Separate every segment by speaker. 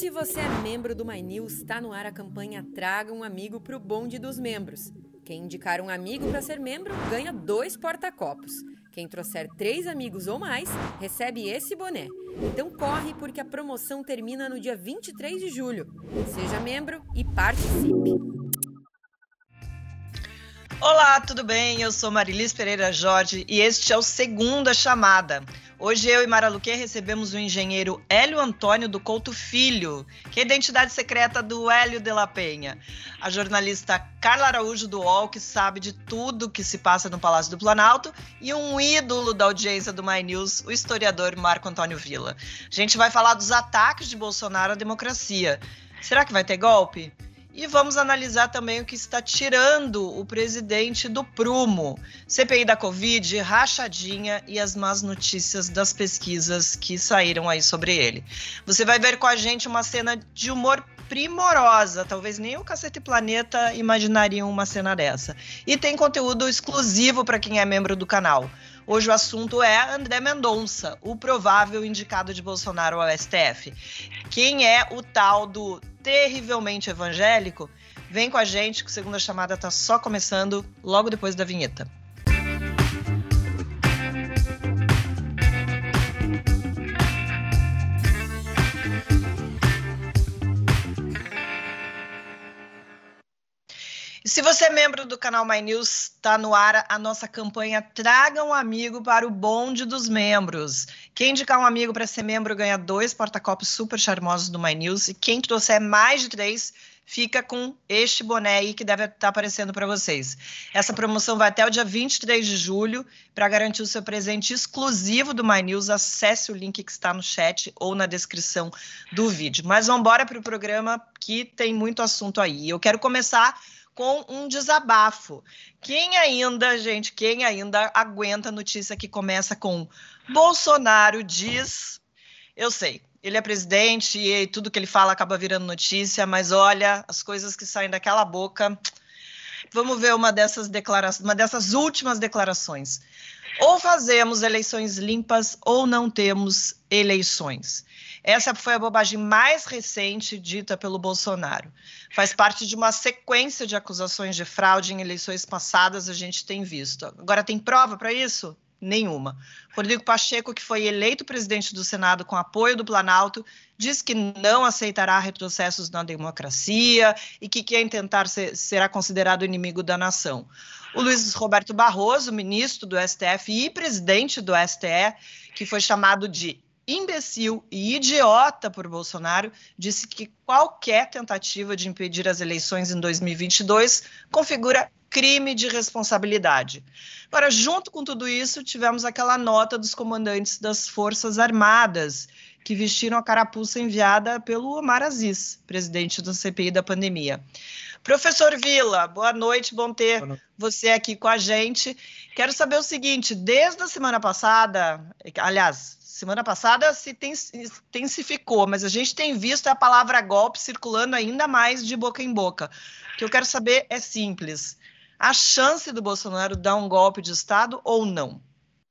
Speaker 1: Se você é membro do My News, está no ar a campanha Traga um Amigo para o Bonde dos Membros. Quem indicar um amigo para ser membro ganha 2 porta-copos. Quem trouxer 3 amigos ou mais recebe esse boné. Então corre, porque a promoção termina no dia 23 de julho. Seja membro e participe!
Speaker 2: Olá, tudo bem? Eu sou Marilis Pereira Jorge e este é o Segunda Chamada. Hoje eu e Mara Luque recebemos o engenheiro Hélio Antônio do Couto Filho, que é a identidade secreta do Hélio de la Penha. A jornalista Carla Araújo do UOL, que sabe de tudo que se passa no Palácio do Planalto, e um ídolo da audiência do My News, o historiador Marco Antônio Villa. A gente vai falar dos ataques de Bolsonaro à democracia. Será que vai ter golpe? E vamos analisar também o que está tirando o presidente do prumo. CPI da Covid, rachadinha e as más notícias das pesquisas que saíram aí sobre ele. Você vai ver com a gente uma cena de humor primorosa. Talvez nem o Cacete Planeta imaginaria uma cena dessa. E tem conteúdo exclusivo para quem é membro do canal. Hoje o assunto é André Mendonça, o provável indicado de Bolsonaro ao STF. Quem é o tal do terrivelmente evangélico? Vem com a gente que o Segunda Chamada está só começando logo depois da vinheta. E se você é membro do canal My News, está no ar a nossa campanha Traga um Amigo para o Bonde dos Membros. Quem indicar um amigo para ser membro ganha 2 porta-copos super charmosos do My News. E quem trouxer mais de 3 fica com este boné aí que deve estar aparecendo para vocês. Essa promoção vai até o dia 23 de julho. Para garantir o seu presente exclusivo do My News, acesse o link que está no chat ou na descrição do vídeo. Mas vamos embora para o programa que tem muito assunto aí. Eu quero começar com um desabafo. Quem ainda aguenta a notícia que começa com Bolsonaro diz... Eu sei, ele é presidente e tudo que ele fala acaba virando notícia, mas olha, as coisas que saem daquela boca... Vamos ver uma dessas últimas declarações. Ou fazemos eleições limpas ou não temos eleições. Essa foi a bobagem mais recente dita pelo Bolsonaro. Faz parte de uma sequência de acusações de fraude em eleições passadas, a gente tem visto. Agora, tem prova para isso? Nenhuma. Rodrigo Pacheco, que foi eleito presidente do Senado com apoio do Planalto, diz que não aceitará retrocessos na democracia e que quem tentar será considerado inimigo da nação. O Luiz Roberto Barroso, ministro do STF e presidente do STE, que foi chamado de imbecil e idiota por Bolsonaro, disse que qualquer tentativa de impedir as eleições em 2022 configura crime de responsabilidade. Agora, junto com tudo isso, tivemos aquela nota dos comandantes das Forças Armadas, que vestiram a carapuça enviada pelo Omar Aziz, presidente da CPI da pandemia. Professor Villa, boa noite, bom ter você aqui com a gente. Quero saber o seguinte, desde a semana passada, semana passada se intensificou, mas a gente tem visto a palavra golpe circulando ainda mais de boca em boca. O que eu quero saber é simples. A chance do Bolsonaro dar um golpe de Estado ou não?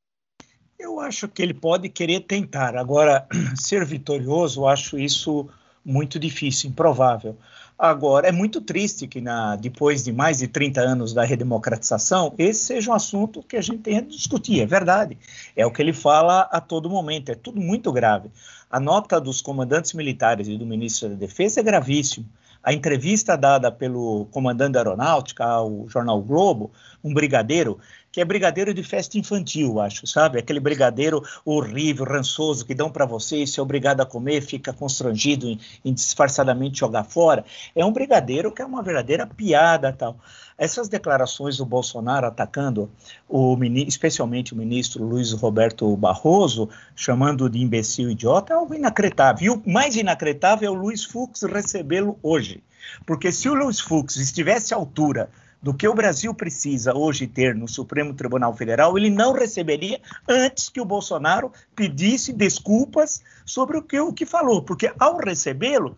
Speaker 3: Eu acho que ele pode querer tentar. Agora, ser vitorioso, eu acho isso muito difícil, improvável. Agora, é muito triste que depois de mais de 30 anos da redemocratização, esse seja um assunto que a gente tem que discutir, é verdade. É o que ele fala a todo momento, é tudo muito grave. A nota dos comandantes militares e do ministro da Defesa é gravíssimo. A entrevista dada pelo comandante da Aeronáutica ao jornal o Globo, um brigadeiro, que é brigadeiro de festa infantil, acho, sabe? Aquele brigadeiro horrível, rançoso, que dão para você e você é obrigado a comer, fica constrangido em disfarçadamente jogar fora. É um brigadeiro que é uma verdadeira piada, tal. Essas declarações do Bolsonaro atacando, especialmente o ministro Luiz Roberto Barroso, chamando de imbecil e idiota, é algo inacreditável. E o mais inacreditável é o Luiz Fux recebê-lo hoje. Porque se o Luiz Fux estivesse à altura do que o Brasil precisa hoje ter no Supremo Tribunal Federal, ele não receberia antes que o Bolsonaro pedisse desculpas sobre o que falou. Porque ao recebê-lo,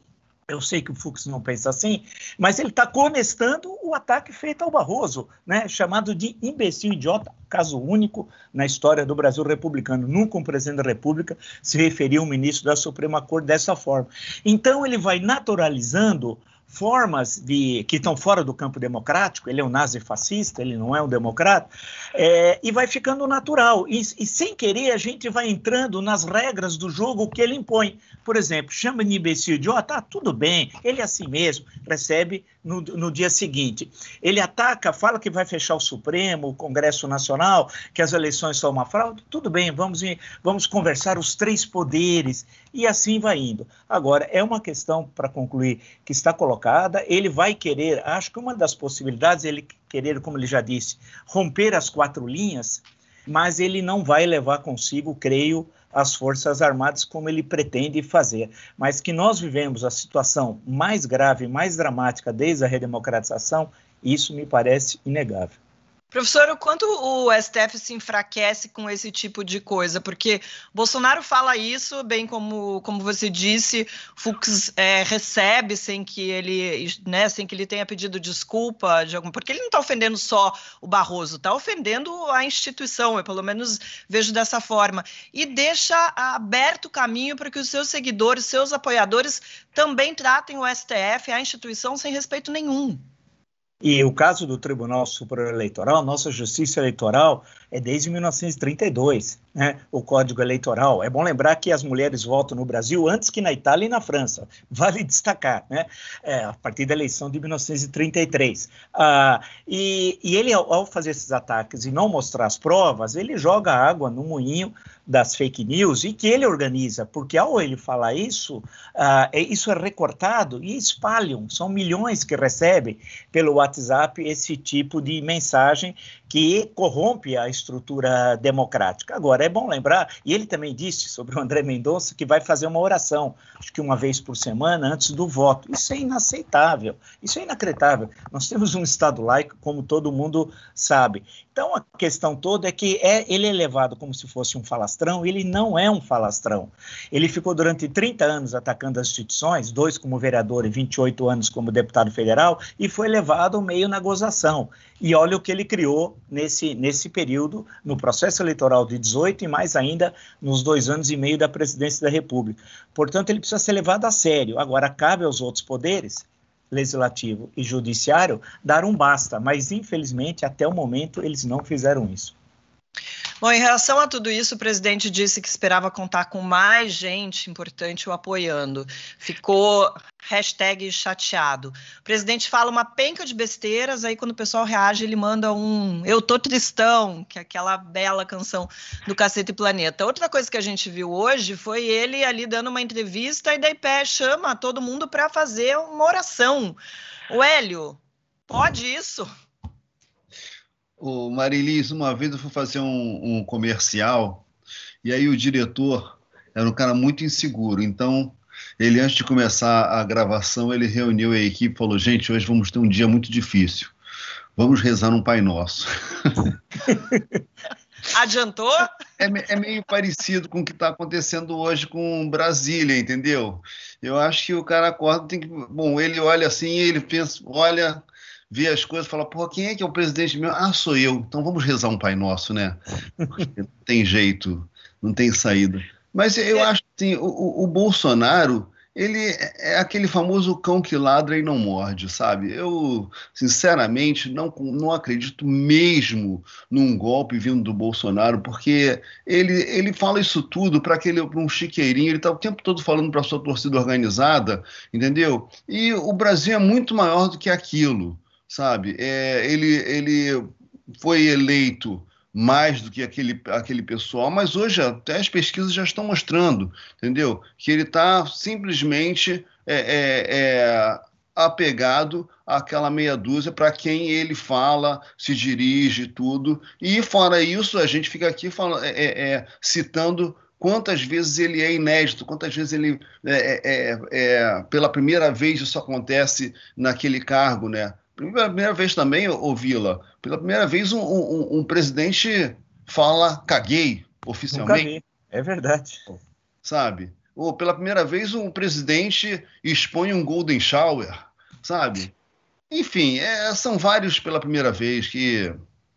Speaker 3: Eu sei que o Fux não pensa assim, mas ele está começando o ataque feito ao Barroso, né, chamado de imbecil idiota, caso único na história do Brasil republicano. Nunca um presidente da República se referiu a um ministro da Suprema Corte dessa forma. Então ele vai naturalizando formas que estão fora do campo democrático. Ele é um nazi-fascista, ele não é um democrata, e vai ficando natural. E sem querer a gente vai entrando nas regras do jogo que ele impõe. Por exemplo, chama de imbecil idiota, tudo bem, ele é assim mesmo, recebe no dia seguinte. Ele ataca, fala que vai fechar o Supremo, o Congresso Nacional, que as eleições são uma fraude, tudo bem, vamos conversar os três poderes, e assim vai indo. Agora, é uma questão, para concluir, que está colocada, ele vai querer, acho que uma das possibilidades, ele querer, como ele já disse, romper as quatro linhas, mas ele não vai levar consigo, creio, as Forças Armadas como ele pretende fazer. Mas que nós vivemos a situação mais grave, mais dramática desde a redemocratização, isso me parece inegável.
Speaker 2: Professor, o quanto o STF se enfraquece com esse tipo de coisa? Porque Bolsonaro fala isso, bem como você disse, Fux recebe sem que ele tenha pedido desculpa, porque ele não está ofendendo só o Barroso, está ofendendo a instituição, eu pelo menos vejo dessa forma, e deixa aberto o caminho para que os seus seguidores, seus apoiadores também tratem o STF, a instituição, sem respeito nenhum.
Speaker 3: E o caso do Tribunal Superior Eleitoral, nossa justiça eleitoral é desde 1932, né? O Código Eleitoral. É bom lembrar que as mulheres votam no Brasil antes que na Itália e na França. Vale destacar, né? A partir da eleição de 1933. E ele, ao fazer esses ataques e não mostrar as provas, ele joga água no moinho das fake news e que ele organiza, porque ao ele falar isso, isso é recortado e espalham. São milhões que recebem pelo WhatsApp esse tipo de mensagem que corrompe a estrutura democrática. Agora, é bom lembrar, e ele também disse sobre o André Mendonça, que vai fazer uma oração, acho que uma vez por semana, antes do voto. Isso é inaceitável, isso é inacreditável. Nós temos um Estado laico, como todo mundo sabe. Então, a questão toda é que ele é levado como se fosse um falastrão, ele não é um falastrão. Ele ficou durante 30 anos atacando as instituições, 2 como vereador e 28 anos como deputado federal, e foi levado ao meio na gozação. E olha o que ele criou nesse período, no processo eleitoral de 18 e mais ainda nos 2 anos e meio da presidência da República. Portanto, ele precisa ser levado a sério. Agora, cabe aos outros poderes, legislativo e judiciário, dar um basta, mas infelizmente até o momento eles não fizeram isso.
Speaker 2: Bom, em relação a tudo isso, o presidente disse que esperava contar com mais gente importante o apoiando. Ficou #chateado. O presidente fala uma penca de besteiras, aí quando o pessoal reage, ele manda um "Eu tô tristão", que é aquela bela canção do Cacete e Planeta. Outra coisa que a gente viu hoje foi ele ali dando uma entrevista e daí chama todo mundo para fazer uma oração. O Hélio, pode isso?
Speaker 4: Ô, Marilis, uma vez eu fui fazer um comercial e aí o diretor era um cara muito inseguro, então ele, antes de começar a gravação, ele reuniu a equipe e falou: gente, hoje vamos ter um dia muito difícil, vamos rezar um Pai Nosso.
Speaker 2: Adiantou?
Speaker 4: É meio parecido com o que está acontecendo hoje com Brasília, entendeu? Eu acho que o cara acorda, bom, ele olha assim, ele pensa, olha, vê as coisas e fala: pô, quem é que é o presidente meu? Ah, sou eu. Então vamos rezar um Pai Nosso, né? Não tem jeito, não tem saída. Mas eu acho que assim, o Bolsonaro, ele é aquele famoso cão que ladra e não morde, sabe? Eu, sinceramente, não acredito mesmo num golpe vindo do Bolsonaro, porque ele fala isso tudo para um chiqueirinho, ele está o tempo todo falando para a sua torcida organizada, entendeu? E o Brasil é muito maior do que aquilo, sabe? Ele foi eleito mais do que aquele pessoal, mas hoje até as pesquisas já estão mostrando, entendeu? Que ele está simplesmente apegado àquela meia dúzia para quem ele fala, se dirige, tudo. E fora isso, a gente fica aqui citando quantas vezes ele é inédito, quantas vezes ele, pela primeira vez isso acontece naquele cargo, né? Pela primeira vez também, ô Vila, pela primeira vez um presidente fala "caguei" oficialmente.
Speaker 3: Nunca vi, é verdade.
Speaker 4: Sabe? ou pela primeira vez um presidente expõe um golden shower, sabe? Enfim, são vários pela primeira vez que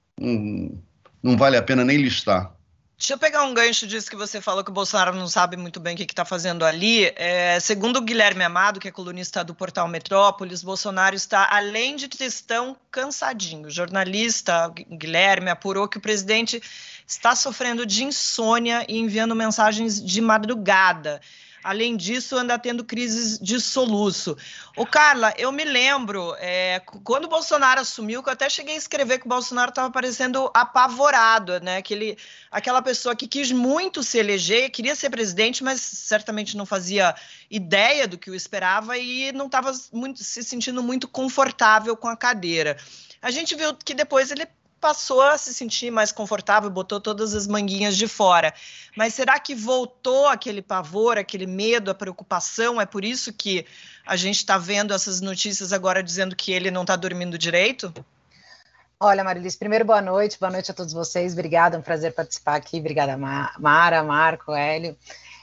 Speaker 4: não vale a pena nem listar.
Speaker 2: Deixa eu pegar um gancho disso que você falou, que o Bolsonaro não sabe muito bem o que está fazendo ali. Segundo o Guilherme Amado, que é colunista do portal Metrópolis, Bolsonaro está, além de tristão, cansadinho. O jornalista Guilherme apurou que o presidente está sofrendo de insônia e enviando mensagens de madrugada. Além disso, anda tendo crises de soluço. Ô, Carla, eu me lembro, quando o Bolsonaro assumiu, que eu até cheguei a escrever que o Bolsonaro estava parecendo apavorado, né? Aquela pessoa que quis muito se eleger, queria ser presidente, mas certamente não fazia ideia do que o esperava e não estava se sentindo muito confortável com a cadeira. A gente viu que depois ele passou a se sentir mais confortável, botou todas as manguinhas de fora. Mas será que voltou aquele pavor, aquele medo, a preocupação? É por isso que a gente está vendo essas notícias agora dizendo que ele não está dormindo direito?
Speaker 5: Olha, Marilis, primeiro boa noite a todos vocês, obrigada, é um prazer participar aqui, obrigada Mara, Marco, Hélio.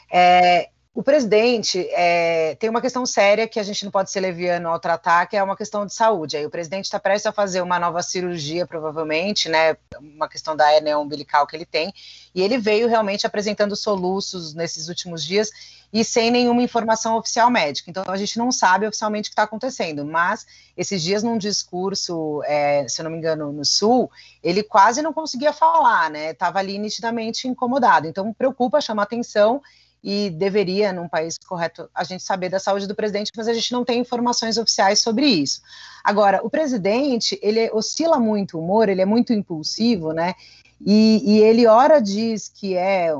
Speaker 5: O presidente tem uma questão séria que a gente não pode ser leviano ao tratar, que é uma questão de saúde. Aí o presidente está prestes a fazer uma nova cirurgia, provavelmente, né, uma questão da hérnia umbilical que ele tem, e ele veio realmente apresentando soluços nesses últimos dias e sem nenhuma informação oficial médica. Então a gente não sabe oficialmente o que está acontecendo, mas esses dias num discurso, se eu não me engano, no Sul, ele quase não conseguia falar, né, estava ali nitidamente incomodado. Então preocupa, chama atenção, e deveria, num país correto, a gente saber da saúde do presidente, mas a gente não tem informações oficiais sobre isso. Agora, o presidente, ele oscila muito o humor, ele é muito impulsivo, né, e ele ora diz que é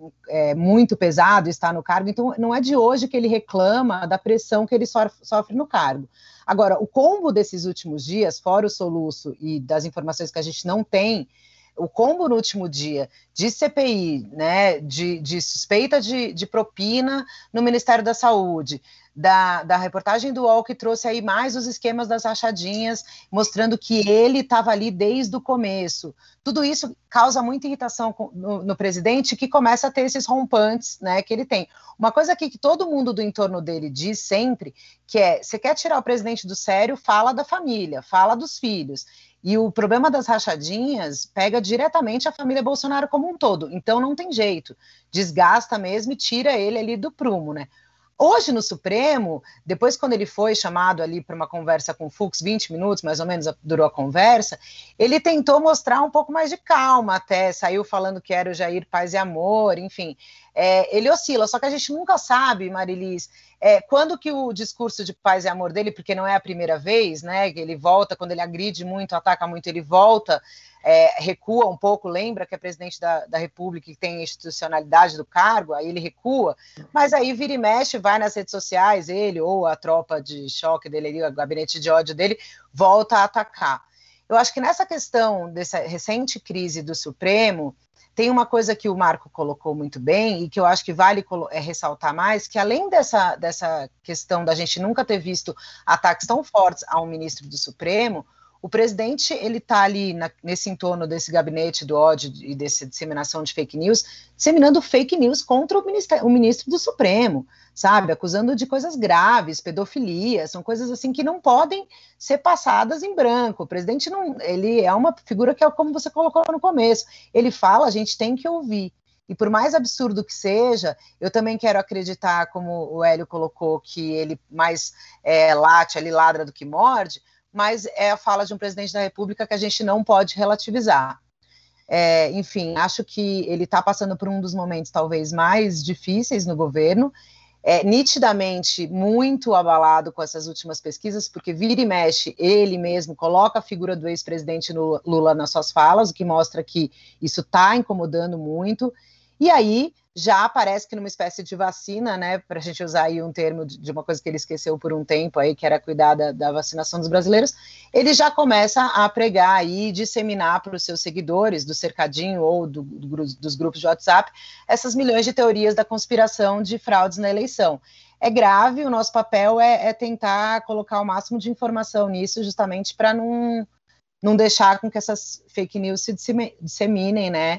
Speaker 5: muito pesado estar no cargo, então não é de hoje que ele reclama da pressão que ele sofre no cargo. Agora, o combo desses últimos dias, fora o soluço e das informações que a gente não tem, o combo no último dia de CPI, né, de suspeita de propina no Ministério da Saúde, da reportagem do UOL que trouxe aí mais os esquemas das rachadinhas, mostrando que ele estava ali desde o começo. Tudo isso causa muita irritação no presidente, que começa a ter esses rompantes, né, que ele tem. Uma coisa aqui que todo mundo do entorno dele diz sempre, que você quer tirar o presidente do sério, fala da família, fala dos filhos. E o problema das rachadinhas pega diretamente a família Bolsonaro como um todo. Então não tem jeito. Desgasta mesmo e tira ele ali do prumo, né? Hoje no Supremo, depois quando ele foi chamado ali para uma conversa com o Fux, 20 minutos mais ou menos durou a conversa, ele tentou mostrar um pouco mais de calma até, saiu falando que era o Jair Paz e Amor, enfim. Ele oscila, só que a gente nunca sabe, Marilis, quando que o discurso de paz e amor dele, porque não é a primeira vez, né, que ele volta, quando ele agride muito, ataca muito, ele volta, recua um pouco, lembra que é presidente da República e tem a institucionalidade do cargo, aí ele recua, mas aí vira e mexe, vai nas redes sociais, ele ou a tropa de choque dele, o gabinete de ódio dele, volta a atacar. Eu acho que nessa questão dessa recente crise do Supremo, tem uma coisa que o Marco colocou muito bem e que eu acho que vale ressaltar mais, que além dessa questão da gente nunca ter visto ataques tão fortes a um ministro do Supremo, o presidente, ele está ali nesse entorno desse gabinete do ódio e dessa disseminação de fake news, disseminando fake news contra o ministro do Supremo, sabe, acusando de coisas graves, pedofilia, são coisas assim que não podem ser passadas em branco. O presidente ele é uma figura que é como você colocou no começo, ele fala, a gente tem que ouvir. E por mais absurdo que seja, eu também quero acreditar, como o Hélio colocou, que ele mais late ali, ladra do que morde, mas é a fala de um presidente da República que a gente não pode relativizar. Enfim, acho que ele está passando por um dos momentos talvez mais difíceis no governo, nitidamente muito abalado com essas últimas pesquisas, porque vira e mexe, ele mesmo coloca a figura do ex-presidente Lula nas suas falas, o que mostra que isso está incomodando muito, e aí já parece que numa espécie de vacina, né, para a gente usar aí um termo de uma coisa que ele esqueceu por um tempo aí, que era cuidar da vacinação dos brasileiros, ele já começa a pregar e disseminar para os seus seguidores do cercadinho ou dos grupos de WhatsApp essas milhões de teorias da conspiração de fraudes na eleição. É grave, o nosso papel é tentar colocar o máximo de informação nisso, justamente para não deixar com que essas fake news se disseminem, né,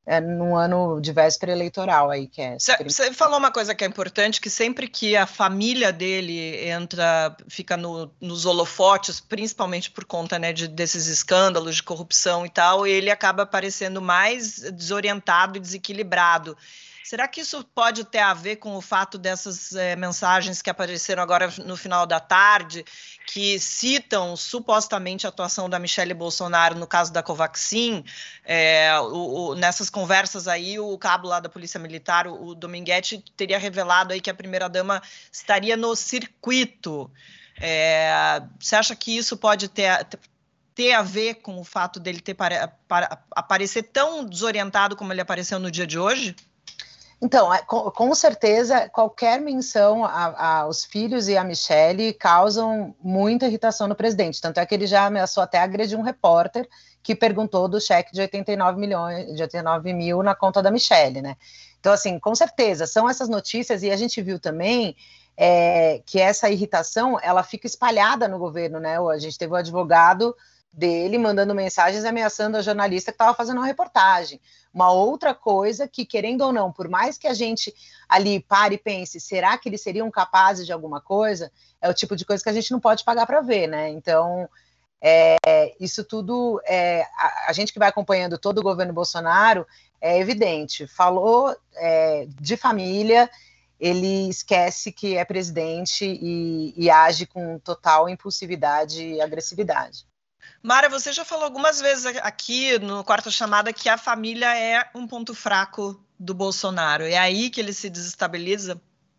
Speaker 5: num ano de véspera eleitoral aí, que é...
Speaker 2: Você falou uma coisa que é importante, que sempre que a família dele fica nos holofotes, principalmente por conta, né, desses escândalos de corrupção e tal, ele acaba parecendo mais desorientado e desequilibrado. Será que isso pode ter a ver com o fato dessas mensagens que apareceram agora no final da tarde, que citam supostamente a atuação da Michelle Bolsonaro no caso da Covaxin? Nessas conversas aí, o cabo lá da Polícia Militar, o Dominguete, teria revelado aí que a primeira-dama estaria no circuito. Você acha que isso pode ter a ver com o fato dele aparecer tão desorientado como ele apareceu no dia de hoje?
Speaker 5: Então, com certeza, qualquer menção aos filhos e a Michelle causam muita irritação no presidente. Tanto é que ele já ameaçou até agredir um repórter que perguntou do cheque de 89 mil na conta da Michelle, né? Então, assim, com certeza, são essas notícias, e a gente viu também que essa irritação, ela fica espalhada no governo, né? A gente teve o advogado dele mandando mensagens ameaçando a jornalista que estava fazendo uma reportagem. Uma outra coisa que, querendo ou não, por mais que a gente ali pare e pense, será que eles seriam capazes de alguma coisa? É o tipo de coisa que a gente não pode pagar para ver, né? Então, isso tudo, a gente que vai acompanhando todo o governo Bolsonaro, é evidente. Falou de família, ele esquece que é presidente e age com total impulsividade e agressividade.
Speaker 2: Mara, você já falou algumas vezes aqui no Quarta Chamada que a família é um ponto fraco do Bolsonaro. É aí que ele se desestabiliza?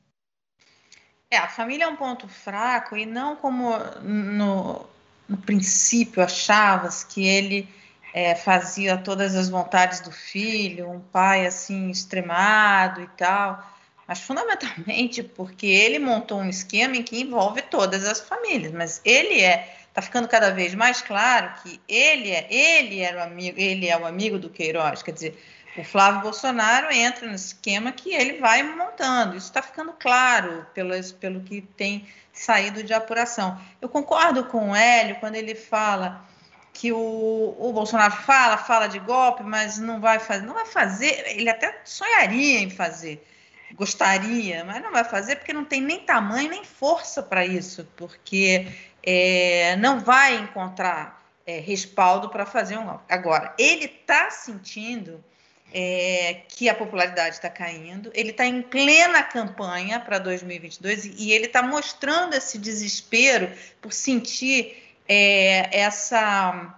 Speaker 6: A família é um ponto fraco, e não como no princípio achavas que ele fazia todas as vontades do filho, um pai assim extremado e tal, mas fundamentalmente porque ele montou um esquema em que envolve todas as famílias, mas está ficando cada vez mais claro que ele é o amigo do Queiroz, quer dizer, o Flávio Bolsonaro entra no esquema que ele vai montando. Isso está ficando claro pelo que tem saído de apuração. Eu concordo com o Hélio quando ele fala que o Bolsonaro fala de golpe, mas não vai fazer, ele até sonharia em fazer, gostaria, mas não vai fazer porque não tem nem tamanho nem força para isso, porque não vai encontrar respaldo para fazer um golpe. Agora, ele está sentindo que a popularidade está caindo, ele está em plena campanha para 2022 e ele está mostrando esse desespero por sentir essa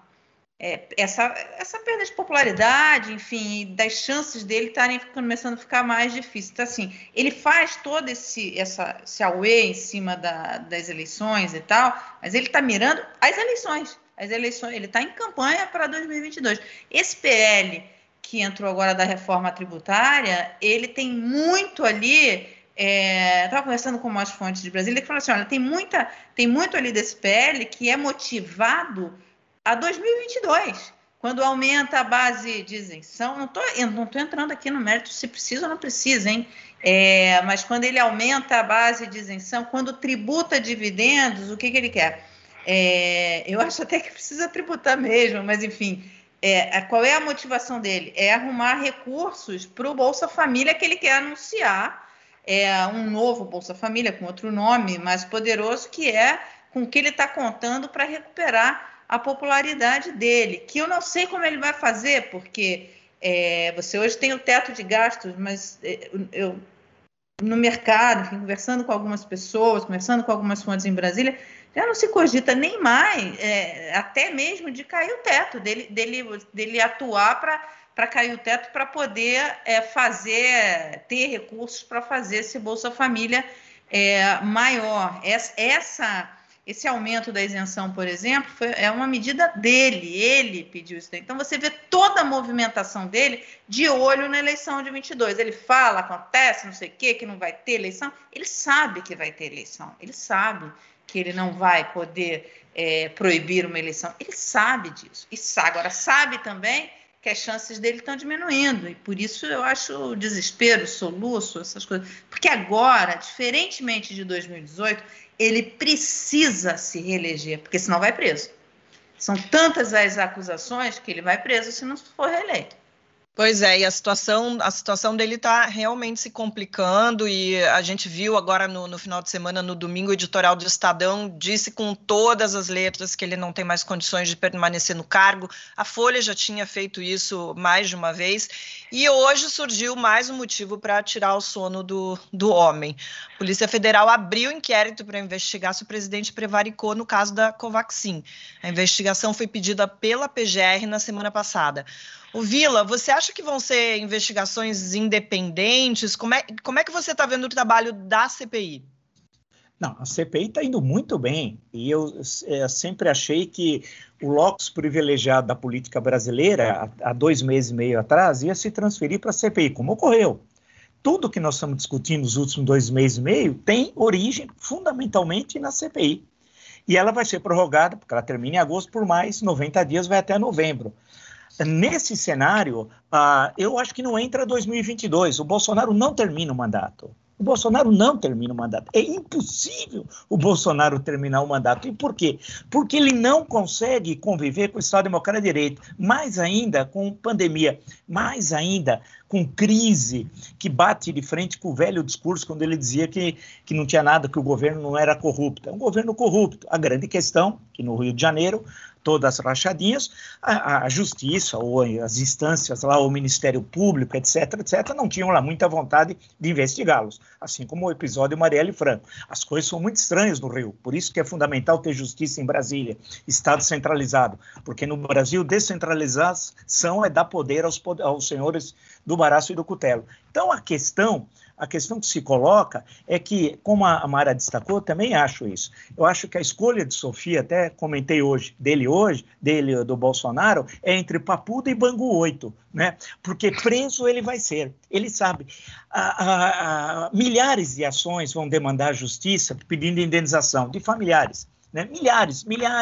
Speaker 6: perda de popularidade, enfim, das chances dele estarem começando a ficar mais difíceis. Então, assim, ele faz todo esse auê em cima das eleições e tal, mas ele está mirando as eleições, ele está em campanha para 2022. Esse PL que entrou agora da reforma tributária, ele tem muito ali, estava conversando com umas fontes de Brasília que falaram assim, olha, tem muito ali desse PL que é motivado a 2022, quando aumenta a base de isenção. Não estou entrando aqui no mérito se precisa ou não precisa, hein? Mas quando ele aumenta a base de isenção, quando tributa dividendos, o que ele quer? Eu acho até que precisa tributar mesmo, mas enfim, qual é a motivação dele? É arrumar recursos para o Bolsa Família que ele quer anunciar, um novo Bolsa Família com outro nome mais poderoso, que é com o que ele está contando para recuperar a popularidade dele, que eu não sei como ele vai fazer, porque você hoje tem o teto de gastos, mas eu no mercado, enfim, conversando com algumas pessoas, conversando com algumas fontes em Brasília, já não se cogita nem mais, até mesmo de cair o teto, dele atuar para cair o teto, para poder ter recursos para fazer esse Bolsa Família maior. Esse aumento da isenção, por exemplo, é uma medida dele, ele pediu isso daí. Então, você vê toda a movimentação dele de olho na eleição de 22. Ele fala, acontece, não sei o quê, que não vai ter eleição. Ele sabe que vai ter eleição, ele sabe que ele não vai poder proibir uma eleição. Ele sabe disso. Agora, sabe também que as chances dele estão diminuindo. E por isso eu acho o desespero, o soluço, essas coisas. Porque agora, diferentemente de 2018, ele precisa se reeleger, porque senão vai preso. São tantas as acusações que ele vai preso se não for reeleito.
Speaker 2: Pois é, e a situação dele está realmente se complicando, e a gente viu agora no final de semana, no domingo, o editorial do Estadão disse com todas as letras que ele não tem mais condições de permanecer no cargo. A Folha já tinha feito isso mais de uma vez, e hoje surgiu mais um motivo para tirar o sono do homem. A Polícia Federal abriu inquérito para investigar se o presidente prevaricou no caso da Covaxin. A investigação foi pedida pela PGR na semana passada. O Vila, você acha que vão ser investigações independentes? Como é que você está vendo o trabalho da CPI?
Speaker 3: Não, a CPI está indo muito bem, e eu sempre achei que o locus privilegiado da política brasileira, há 2 meses e meio atrás, ia se transferir para a CPI, como ocorreu. Tudo que nós estamos discutindo nos últimos 2 meses e meio tem origem fundamentalmente na CPI. E ela vai ser prorrogada, porque ela termina em agosto, por mais 90 dias, vai até novembro. Nesse cenário, eu acho que não entra 2022. O Bolsonaro não termina o mandato. O Bolsonaro não termina o mandato. É impossível o Bolsonaro terminar o mandato. E por quê? Porque ele não consegue conviver com o Estado Democrático de Direito, mais ainda com pandemia, mais ainda com crise, que bate de frente com o velho discurso quando ele dizia que não tinha nada, que o governo não era corrupto. É um governo corrupto. A grande questão, que no Rio de Janeiro, todas as rachadinhas, a justiça ou as instâncias lá, o Ministério Público, etc., não tinham lá muita vontade de investigá-los, assim como o episódio Marielle Franco. As coisas são muito estranhas no Rio, por isso que é fundamental ter justiça em Brasília, Estado centralizado, porque no Brasil descentralização é dar poder aos senhores do baraço e do cutelo. Então a questão que se coloca é que, como a Mara destacou, também acho isso. Eu acho que a escolha de Sofia, até comentei do Bolsonaro, é entre Papuda e Bangu 8, né? Porque preso ele vai ser, ele sabe. Milhares de ações vão demandar justiça pedindo indenização de familiares. Né? Milhares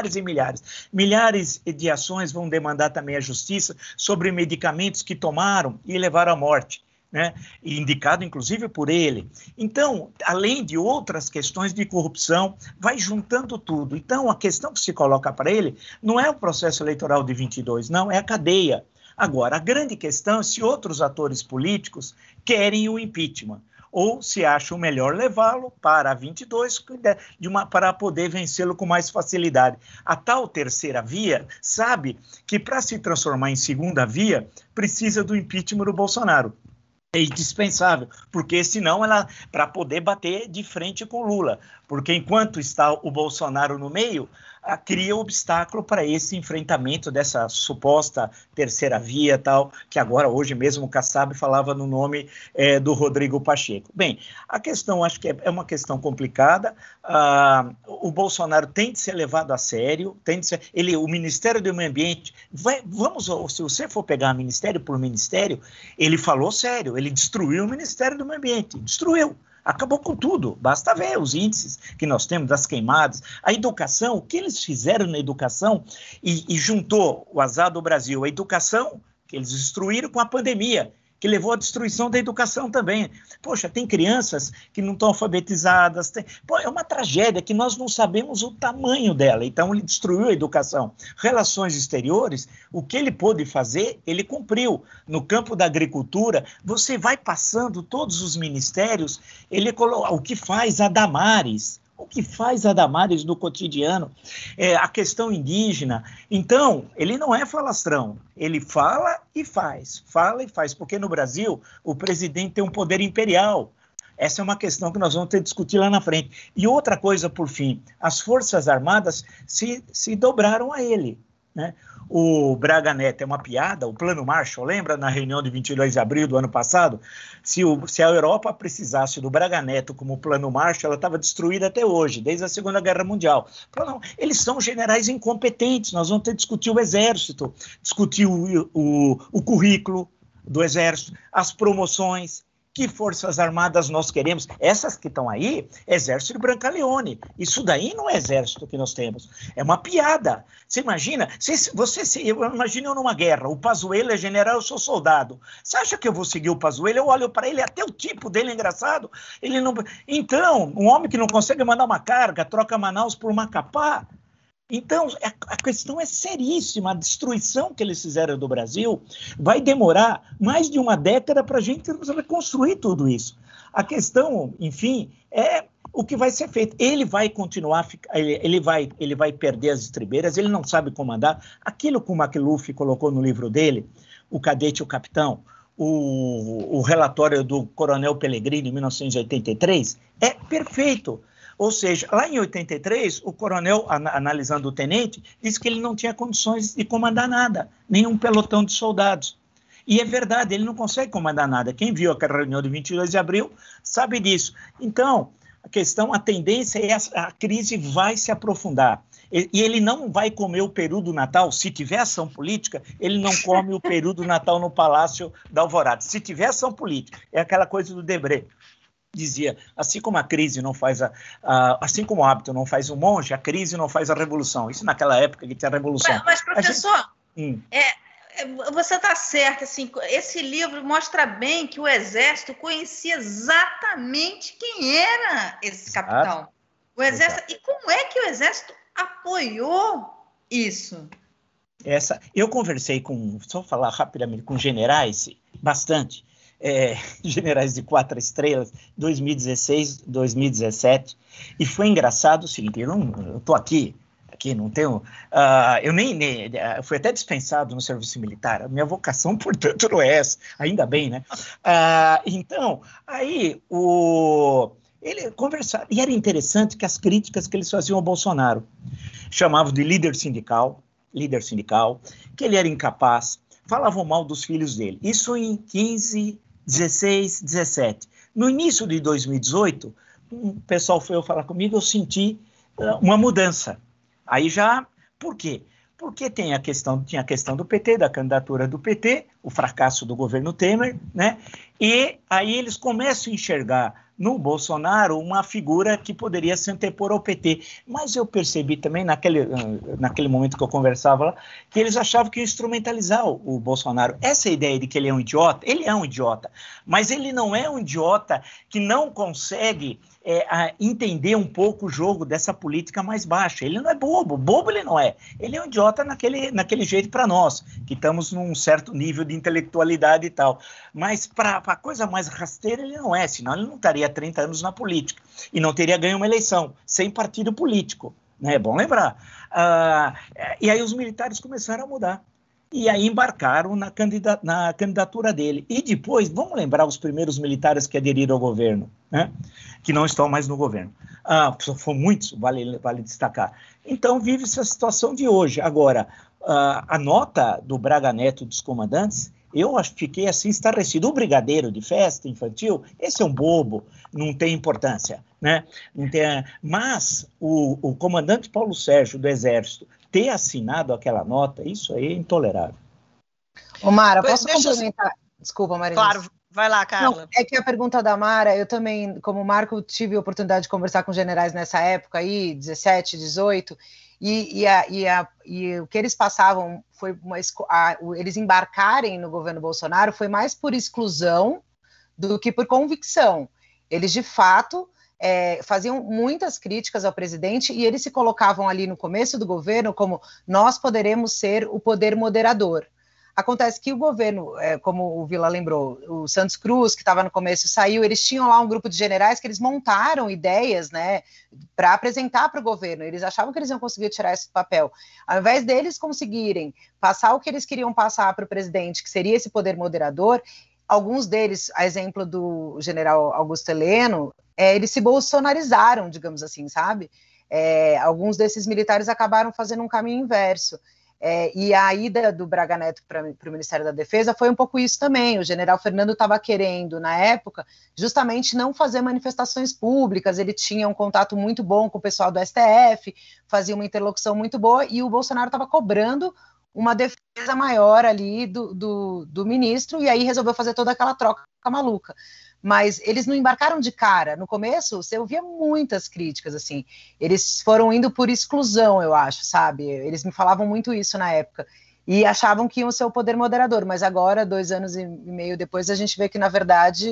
Speaker 3: de ações vão demandar também a justiça sobre medicamentos que tomaram e levaram à morte. Né? Indicado inclusive por ele. Então, além de outras questões de corrupção, vai juntando tudo. Então, a questão que se coloca para ele não é o processo eleitoral de 22, não, é a cadeia. Agora, a grande questão é se outros atores políticos querem o impeachment, ou se acham melhor levá-lo para 22 para poder vencê-lo com mais facilidade. A tal terceira via sabe que para se transformar em segunda via, precisa do impeachment do Bolsonaro. É indispensável, porque senão para poder bater de frente com Lula, porque enquanto está o Bolsonaro no meio, cria obstáculo para esse enfrentamento dessa suposta terceira via, tal, que agora, hoje mesmo, o Kassab falava no nome do Rodrigo Pacheco. Bem, a questão, acho que é uma questão complicada, o Bolsonaro tem de ser levado a sério, o Ministério do Meio Ambiente, se você for pegar ministério por ministério, ele falou sério, ele destruiu o Ministério do Meio Ambiente, destruiu. Acabou com tudo, basta ver os índices que nós temos das queimadas. A educação, o que eles fizeram na educação e juntou o azar do Brasil, a educação que eles destruíram com a pandemia, que levou à destruição da educação também. Poxa, tem crianças que não estão alfabetizadas. É uma tragédia que nós não sabemos o tamanho dela. Então, ele destruiu a educação. Relações exteriores, o que ele pôde fazer, ele cumpriu. No campo da agricultura, você vai passando todos os ministérios, o que faz a Damares. O que faz a Damares no cotidiano, a questão indígena. Então, ele não é falastrão, ele fala e faz, porque no Brasil o presidente tem um poder imperial. Essa é uma questão que nós vamos ter que discutir lá na frente. E outra coisa, por fim, as Forças Armadas se dobraram a ele, né? O Braga Neto é uma piada, o Plano Marshall, lembra na reunião de 22 de abril do ano passado? Se a Europa precisasse do Braga Neto como Plano Marshall, ela estava destruída até hoje, desde a Segunda Guerra Mundial. Não, eles são generais incompetentes, nós vamos ter que discutir o Exército, discutir o currículo do Exército, as promoções. Que forças armadas nós queremos? Essas que estão aí, Exército de Brancaleone. Isso daí não é exército que nós temos. É uma piada. Você imagina? Imagina eu numa guerra, o Pazuello é general, eu sou soldado. Você acha que eu vou seguir o Pazuello? Eu olho para ele, até o tipo dele é engraçado. Ele não... Então, um homem que não consegue mandar uma carga, troca Manaus por Macapá. Então, a questão é seríssima. A destruição que eles fizeram do Brasil vai demorar mais de uma década para a gente reconstruir tudo isso. A questão, enfim, é o que vai ser feito. Ele vai continuar, ele vai perder as estribeiras, ele não sabe comandar. Aquilo que o McLuff colocou no livro dele, O Cadete e o Capitão, o relatório do Coronel Pellegrini, em 1983, é perfeito. Ou seja, lá em 83, o coronel, analisando o tenente, disse que ele não tinha condições de comandar nada, nenhum pelotão de soldados. E é verdade, ele não consegue comandar nada. Quem viu aquela reunião de 22 de abril sabe disso. Então, a tendência é a crise vai se aprofundar. E ele não vai comer o peru do Natal. Se tiver ação política, ele não come o peru do Natal no Palácio da Alvorada. Se tiver ação política, é aquela coisa do Debré. Dizia, assim como a crise não faz assim como o hábito não faz o monge, a crise não faz a revolução. Isso naquela época que tinha revolução.
Speaker 6: Mas professor, você está certo. Assim, esse livro mostra bem que o Exército conhecia exatamente quem era esse capitão. O Exército, e como é que o Exército apoiou isso?
Speaker 3: Eu conversei só falar rapidamente, com generais, bastante. Generais de 4 estrelas, 2016, 2017, e foi engraçado o seguinte, eu estou aqui não tenho, eu fui até dispensado no serviço militar, a minha vocação, portanto, não é essa, ainda bem, né? Então, aí, ele conversava, e era interessante que as críticas que eles faziam ao Bolsonaro, chamavam de líder sindical, que ele era incapaz, falavam mal dos filhos dele, isso em 15, 16, 17. No início de 2018, o pessoal foi falar comigo, eu senti uma mudança. Aí já, por quê? Porque tinha a questão do PT, da candidatura do PT, o fracasso do governo Temer, né? E aí eles começam a enxergar no Bolsonaro uma figura que poderia se antepor ao PT. Mas eu percebi também, naquele momento que eu conversava lá, que eles achavam que iam instrumentalizar o Bolsonaro. Essa ideia de que ele é um idiota, mas ele não é um idiota que não consegue entender um pouco o jogo dessa política mais baixa. Ele não é bobo ele não é. Ele é um idiota naquele jeito para nós, que estamos num certo nível de intelectualidade e tal. Mas para a coisa mais rasteira ele não é, senão ele não estaria há 30 anos na política e não teria ganho uma eleição, sem partido político, né? É bom lembrar. E aí os militares começaram a mudar. E aí embarcaram na candidatura dele. E depois, vamos lembrar os primeiros militares que aderiram ao governo, né? Que não estão mais no governo. Foram muitos, vale destacar. Então, vive-se a situação de hoje. Agora, a nota do Braga Neto dos comandantes, eu fiquei assim estarrecido. O brigadeiro de festa infantil, esse é um bobo, não tem importância, né? Mas o comandante Paulo Sérgio do Exército ter assinado aquela nota, isso aí é intolerável.
Speaker 5: Ô Mara, posso complementar? Desculpa, Maria.
Speaker 2: Claro, vai lá, Carla.
Speaker 5: Não, é que a pergunta da Mara, eu também, como Marco, tive a oportunidade de conversar com generais nessa época aí, 17, 18, e o que eles passavam foi eles embarcarem no governo Bolsonaro foi mais por exclusão do que por convicção. Eles, de fato, faziam muitas críticas ao presidente e eles se colocavam ali no começo do governo como nós poderemos ser o poder moderador. Acontece que o governo, como o Vila lembrou, o Santos Cruz, que estava no começo, saiu, eles tinham lá um grupo de generais que eles montaram ideias, né, para apresentar para o governo. Eles achavam que eles iam conseguir tirar esse papel. Ao invés deles conseguirem passar o que eles queriam passar para o presidente, que seria esse poder moderador, alguns deles, a exemplo do general Augusto Heleno, eles se bolsonarizaram, digamos assim, sabe? Alguns desses militares acabaram fazendo um caminho inverso. E a ida do Braga Neto para o Ministério da Defesa foi um pouco isso também. O general Fernando estava querendo, na época, justamente não fazer manifestações públicas, ele tinha um contato muito bom com o pessoal do STF, fazia uma interlocução muito boa, e o Bolsonaro estava cobrando uma defesa maior ali do ministro, e aí resolveu fazer toda aquela troca maluca. Mas eles não embarcaram de cara. No começo, você ouvia muitas críticas, assim. Eles foram indo por exclusão, eu acho, sabe? Eles me falavam muito isso na época. E achavam que iam ser o poder moderador. Mas agora, 2 anos e meio depois, a gente vê que, na verdade,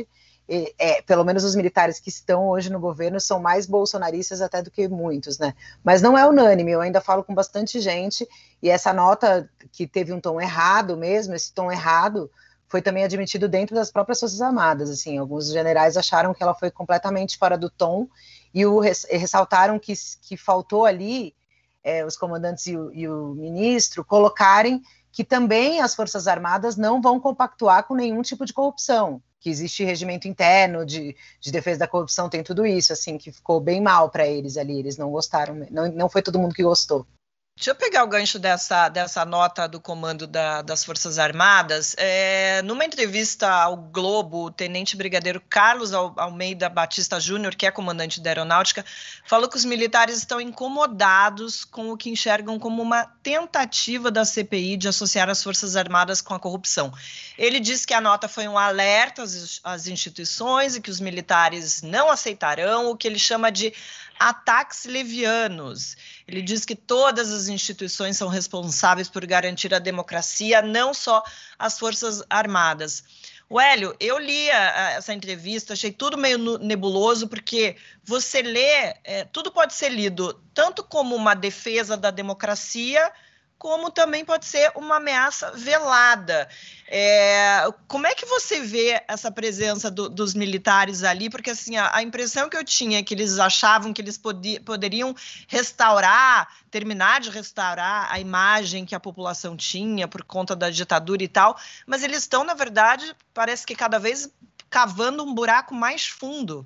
Speaker 5: pelo menos os militares que estão hoje no governo são mais bolsonaristas até do que muitos, né? Mas não é unânime, eu ainda falo com bastante gente, e essa nota que teve um tom errado mesmo, esse tom errado foi também admitido dentro das próprias Forças Armadas, assim, alguns generais acharam que ela foi completamente fora do tom, e ressaltaram que faltou ali os comandantes e o ministro colocarem que também as Forças Armadas não vão compactuar com nenhum tipo de corrupção, que existe regimento interno de defesa da corrupção, tem tudo isso, assim, que ficou bem mal para eles ali, eles não gostaram, não foi todo mundo que gostou.
Speaker 2: Deixa eu pegar o gancho dessa nota do comando das Forças Armadas. Numa entrevista ao Globo, o tenente brigadeiro Carlos Almeida Batista Júnior, que é comandante da Aeronáutica, falou que os militares estão incomodados com o que enxergam como uma tentativa da CPI de associar as Forças Armadas com a corrupção. Ele disse que a nota foi um alerta às instituições e que os militares não aceitarão o que ele chama de ataques levianos. Ele diz que todas as instituições são responsáveis por garantir a democracia, não só as Forças Armadas. Hélio, eu li essa entrevista, achei tudo meio nebuloso, porque você lê, tudo pode ser lido tanto como uma defesa da democracia, como também pode ser uma ameaça velada. Como é que você vê essa presença dos militares ali? Porque assim, a impressão que eu tinha é que eles achavam que eles poderiam terminar de restaurar a imagem que a população tinha por conta da ditadura e tal, mas eles estão, na verdade, parece que cada vez cavando um buraco mais fundo.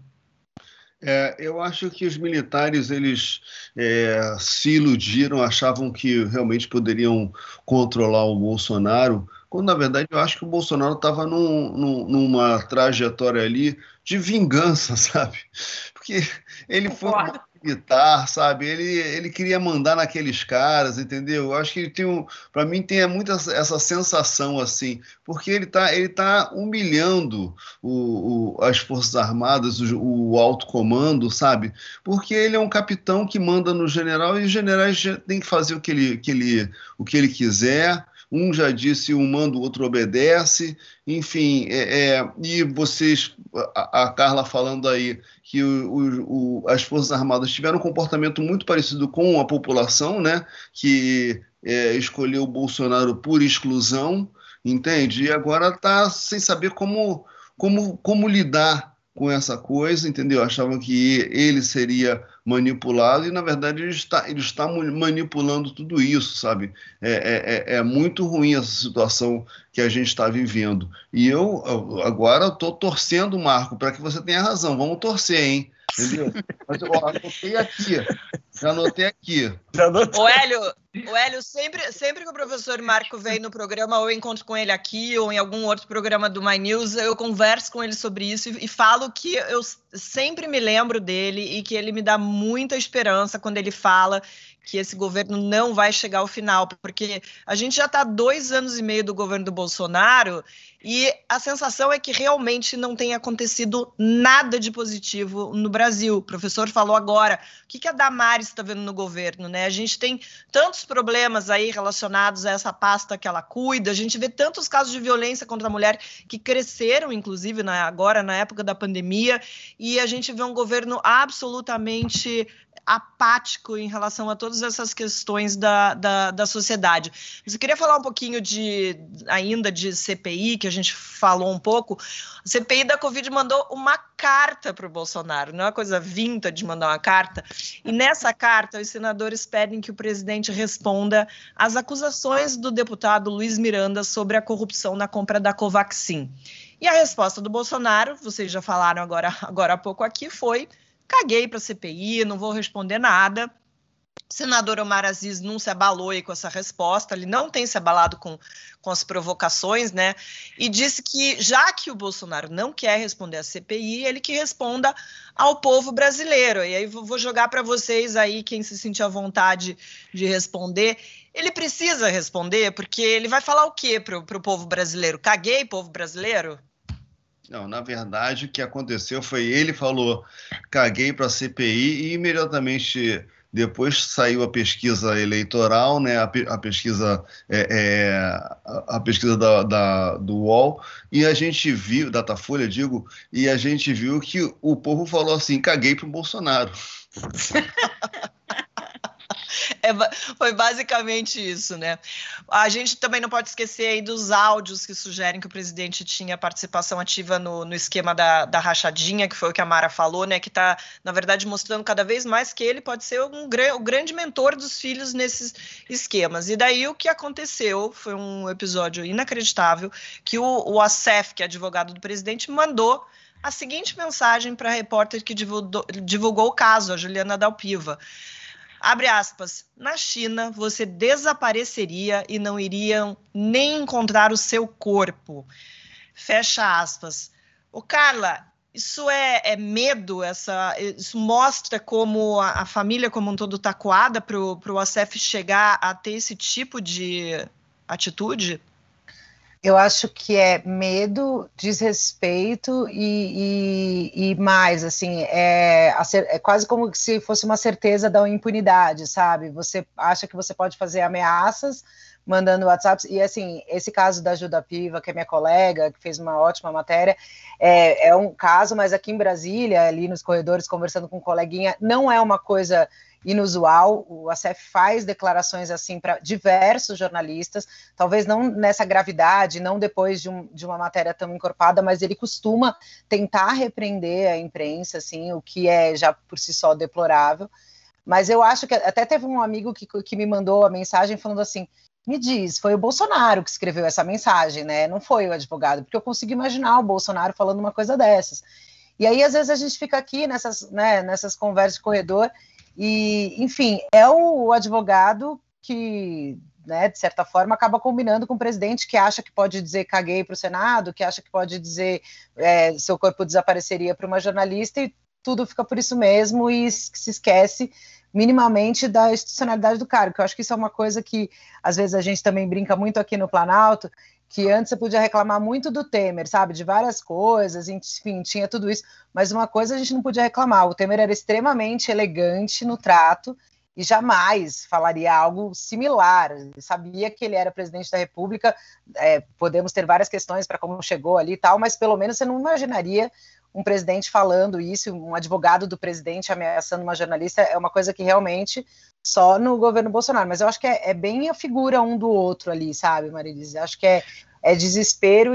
Speaker 4: Eu acho que os militares, eles se iludiram, achavam que realmente poderiam controlar o Bolsonaro, quando, na verdade, eu acho que o Bolsonaro estava numa trajetória ali de vingança, sabe? Porque ele foi um militar, sabe? Ele queria mandar naqueles caras, entendeu? Eu acho que ele para mim tem muito essa sensação assim, porque ele tá humilhando as Forças Armadas, o alto comando, sabe? Porque ele é um capitão que manda no general e os generais têm que fazer o que ele quiser. Um já disse, um manda, o outro obedece, enfim, e vocês, a Carla falando aí que as Forças Armadas tiveram um comportamento muito parecido com a população, né, que escolheu o Bolsonaro por exclusão, entende? E agora está sem saber como lidar com essa coisa, entendeu? Achavam que ele seria manipulado e, na verdade, ele está manipulando tudo isso, sabe? É muito ruim essa situação que a gente está vivendo. E eu agora estou torcendo, Marco, para que você tenha razão. Vamos torcer, hein? Entendeu? Mas eu anotei aqui. Já anotei aqui.
Speaker 2: O Hélio, sempre que o professor Marco vem no programa, ou eu encontro com ele aqui, ou em algum outro programa do My News, eu converso com ele sobre isso e falo que eu sempre me lembro dele e que ele me dá muita esperança quando ele fala que esse governo não vai chegar ao final, porque a gente já está há 2 anos e meio do governo do Bolsonaro e a sensação é que realmente não tem acontecido nada de positivo no Brasil. O professor falou agora, o que a Damares está vendo no governo, né? A gente tem tantos problemas aí relacionados a essa pasta que ela cuida, a gente vê tantos casos de violência contra a mulher que cresceram, inclusive, agora na época da pandemia, e a gente vê um governo absolutamente apático em relação a todas essas questões da sociedade. Mas eu queria falar um pouquinho ainda de CPI, que a gente falou um pouco. A CPI da Covid mandou uma carta para o Bolsonaro, não é uma coisa vintage mandar uma carta. E nessa carta, os senadores pedem que o presidente responda às acusações do deputado Luiz Miranda sobre a corrupção na compra da Covaxin. E a resposta do Bolsonaro, vocês já falaram agora há pouco aqui, foi: caguei para a CPI, não vou responder nada. O senador Omar Aziz não se abalou aí com essa resposta, ele não tem se abalado com as provocações, né? E disse que, já que o Bolsonaro não quer responder à CPI, ele que responda ao povo brasileiro. E aí vou jogar para vocês aí, quem se sentir à vontade de responder. Ele precisa responder, porque ele vai falar o quê para o povo brasileiro? Caguei, povo brasileiro?
Speaker 4: Não, na verdade, o que aconteceu foi ele falou, caguei para a CPI, e imediatamente depois saiu a pesquisa eleitoral, né, a pesquisa, a pesquisa do UOL, e a gente viu, Datafolha, digo, e a gente viu que o povo falou assim, caguei pro Bolsonaro.
Speaker 2: Foi basicamente isso, né? A gente também não pode esquecer aí dos áudios que sugerem que o presidente tinha participação ativa no esquema da rachadinha, que foi o que a Mara falou, né? Que está, na verdade, mostrando cada vez mais que ele pode ser o grande mentor dos filhos nesses esquemas. E daí o que aconteceu foi um episódio inacreditável que o Assef, que é advogado do presidente, mandou a seguinte mensagem para a repórter que divulgou o caso, a Juliana Dalpiva. Abre aspas, na China você desapareceria e não iriam nem encontrar o seu corpo. Fecha aspas. Ô Carla, isso é medo? Isso mostra como a família como um todo está coada para o Assef chegar a ter esse tipo de atitude?
Speaker 5: Eu acho que é medo, desrespeito e mais, assim, é quase como se fosse uma certeza da impunidade, sabe? Você acha que você pode fazer ameaças mandando WhatsApp, e assim, esse caso da Juda Piva, que é minha colega, que fez uma ótima matéria, é um caso, mas aqui em Brasília, ali nos corredores, conversando com um coleguinha, não é uma coisa inusual. O Assef faz declarações assim para diversos jornalistas, talvez não nessa gravidade, não depois de uma matéria tão encorpada, mas ele costuma tentar repreender a imprensa, assim, o que é já por si só deplorável. Mas eu acho que até teve um amigo que me mandou a mensagem falando assim, me diz, foi o Bolsonaro que escreveu essa mensagem, né? Não foi o advogado, porque eu consigo imaginar o Bolsonaro falando uma coisa dessas. E aí, às vezes, a gente fica aqui nessas conversas de corredor e, enfim, é o advogado que, né, de certa forma, acaba combinando com o presidente que acha que pode dizer caguei para o Senado, que acha que pode dizer seu corpo desapareceria para uma jornalista e tudo fica por isso mesmo e se esquece minimamente da institucionalidade do cargo, que eu acho que isso é uma coisa que, às vezes, a gente também brinca muito aqui no Planalto, que antes você podia reclamar muito do Temer, sabe, de várias coisas, enfim, tinha tudo isso, mas uma coisa a gente não podia reclamar, o Temer era extremamente elegante no trato e jamais falaria algo similar, sabia que ele era presidente da República, podemos ter várias questões para como chegou ali e tal, mas pelo menos você não imaginaria um presidente falando isso, um advogado do presidente ameaçando uma jornalista, é uma coisa que realmente só no governo Bolsonaro, mas eu acho que é bem a figura um do outro ali, sabe, Marilise? Acho que é desespero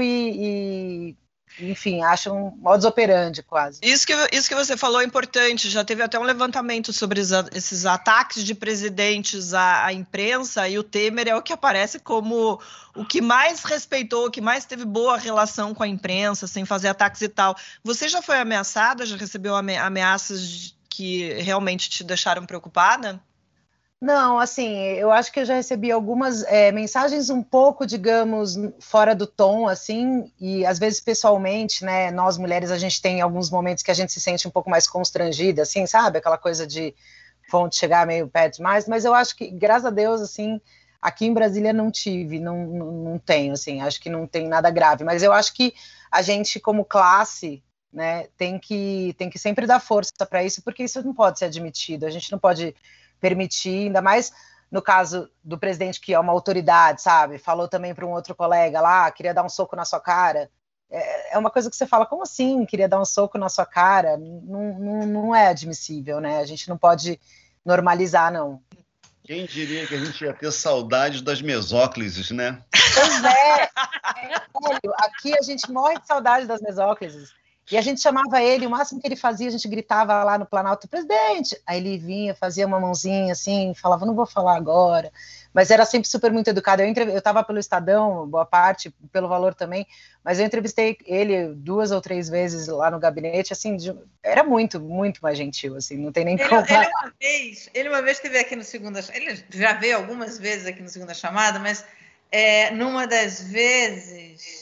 Speaker 5: e enfim, acho um modus operandi quase.
Speaker 2: Isso que você falou é importante, já teve até um levantamento sobre esses ataques de presidentes à imprensa, e o Temer é o que aparece como o que mais respeitou, o que mais teve boa relação com a imprensa, sem fazer ataques e tal. Você já foi ameaçada, já recebeu ameaças que realmente te deixaram preocupada?
Speaker 5: Não, assim, eu acho que eu já recebi algumas mensagens um pouco, digamos, fora do tom, assim, e às vezes pessoalmente, né, nós mulheres, a gente tem alguns momentos que a gente se sente um pouco mais constrangida, assim, sabe, aquela coisa de fonte chegar meio perto demais, mas eu acho que, graças a Deus, assim, aqui em Brasília não tive, não tenho, assim, acho que não tem nada grave, mas eu acho que a gente, como classe, né, tem que sempre dar força para isso, porque isso não pode ser admitido, a gente não pode permitir, ainda mais no caso do presidente, que é uma autoridade, sabe? Falou também para um outro colega lá, queria dar um soco na sua cara. É uma coisa que você fala, como assim? Queria dar um soco na sua cara? Não é admissível, né? A gente não pode normalizar, não.
Speaker 4: Quem diria que a gente ia ter saudade das mesóclises, né?
Speaker 5: Pois é, sério, aqui a gente morre de saudade das mesóclises. E a gente chamava ele, o máximo que ele fazia, a gente gritava lá no Planalto, presidente! Aí ele vinha, fazia uma mãozinha assim, falava, não vou falar agora. Mas era sempre super muito educado. Eu estava pelo Estadão, boa parte, pelo Valor também, mas eu entrevistei ele 2 ou 3 vezes lá no gabinete, assim, era muito, muito mais gentil, assim, não tem nem como.
Speaker 6: Ele uma vez esteve aqui no Segunda... Ele já veio algumas vezes aqui no Segunda Chamada, mas numa das vezes...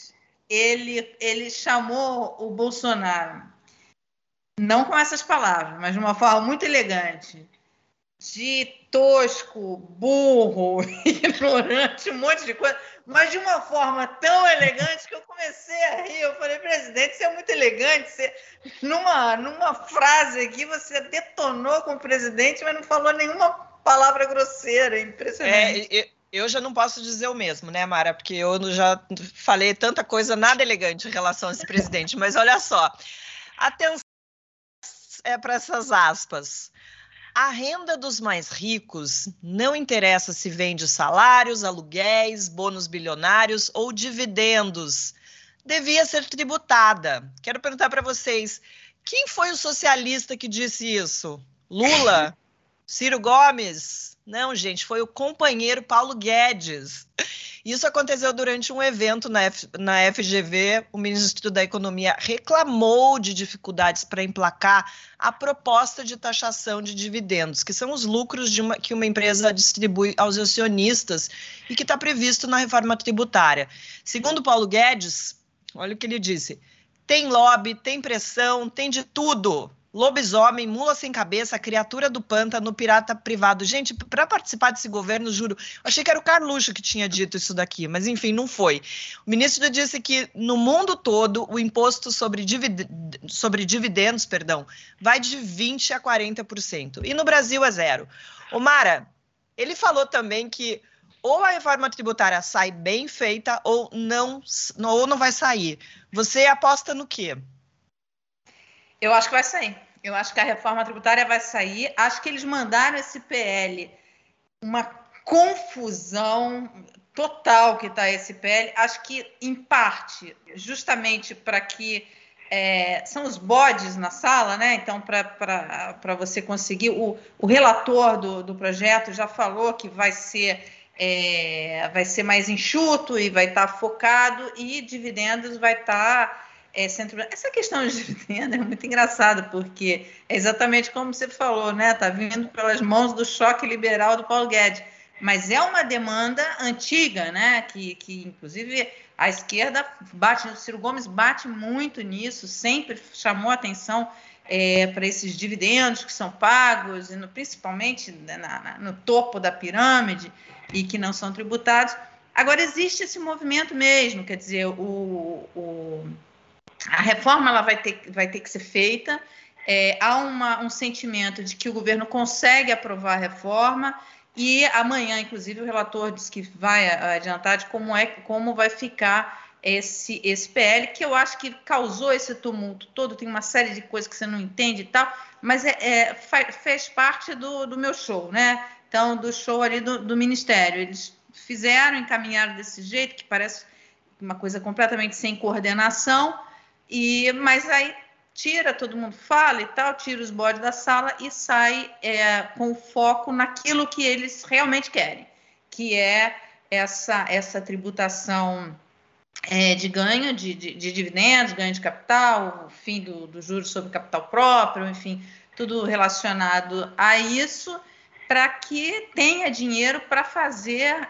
Speaker 6: Ele chamou o Bolsonaro, não com essas palavras, mas de uma forma muito elegante, de tosco, burro, ignorante, um monte de coisa, mas de uma forma tão elegante que eu comecei a rir. Eu falei, presidente, você é muito elegante. Você, numa frase aqui, você detonou com o presidente, mas não falou nenhuma palavra grosseira. Impressionante.
Speaker 2: Eu já não posso dizer o mesmo, né, Mara? Porque eu já falei tanta coisa nada elegante em relação a esse presidente. Mas olha só, atenção para essas aspas. A renda dos mais ricos não interessa se vem de salários, aluguéis, bônus bilionários ou dividendos. Devia ser tributada. Quero perguntar para vocês, quem foi o socialista que disse isso? Lula? Ciro Gomes? Não, gente, foi o companheiro Paulo Guedes. Isso aconteceu durante um evento na FGV. O ministro da Economia reclamou de dificuldades para emplacar a proposta de taxação de dividendos, que são os lucros que uma empresa distribui aos acionistas e que está previsto na reforma tributária. Segundo Paulo Guedes, olha o que ele disse: tem lobby, tem pressão, tem de tudo. Lobisomem, mula sem cabeça, criatura do pântano, pirata privado. Gente, para participar desse governo, juro, achei que era o Carluxo que tinha dito isso daqui, mas enfim, não foi. O ministro disse que no mundo todo o imposto sobre dividendos, vai de 20% a 40%. E no Brasil é zero. Mara, ele falou também que ou a reforma tributária sai bem feita ou não vai sair. Você aposta no quê?
Speaker 6: Eu acho que vai sair. Eu acho que a reforma tributária vai sair. Acho que eles mandaram esse PL uma confusão total que está esse PL. Acho que, em parte, justamente para que... são os bodes na sala, né? Então, para você conseguir... O relator do projeto já falou que vai ser mais enxuto e vai estar focado, e dividendos vai estar... Essa questão de dividendo é muito engraçada, porque é exatamente como você falou, né? Está vindo pelas mãos do choque liberal do Paulo Guedes, mas é uma demanda antiga, né? Que inclusive a esquerda bate, o Ciro Gomes bate muito nisso, sempre chamou atenção para esses dividendos que são pagos, principalmente no topo da pirâmide, e que não são tributados. Agora, existe esse movimento mesmo, quer dizer, a reforma ela vai ter que ser feita. Há um sentimento de que o governo consegue aprovar a reforma, e amanhã, inclusive, o relator disse que vai adiantar de como vai ficar esse PL, que eu acho que causou esse tumulto todo. Tem uma série de coisas que você não entende e tal, mas fez parte do meu show, né? Então, do show ali do Ministério. Eles encaminharam desse jeito, que parece uma coisa completamente sem coordenação, mas aí todo mundo fala e tal, tira os bodes da sala e sai com foco naquilo que eles realmente querem, que é essa tributação de ganho de dividendos, ganho de capital, o fim do juros sobre capital próprio, enfim, tudo relacionado a isso, para que tenha dinheiro para fazer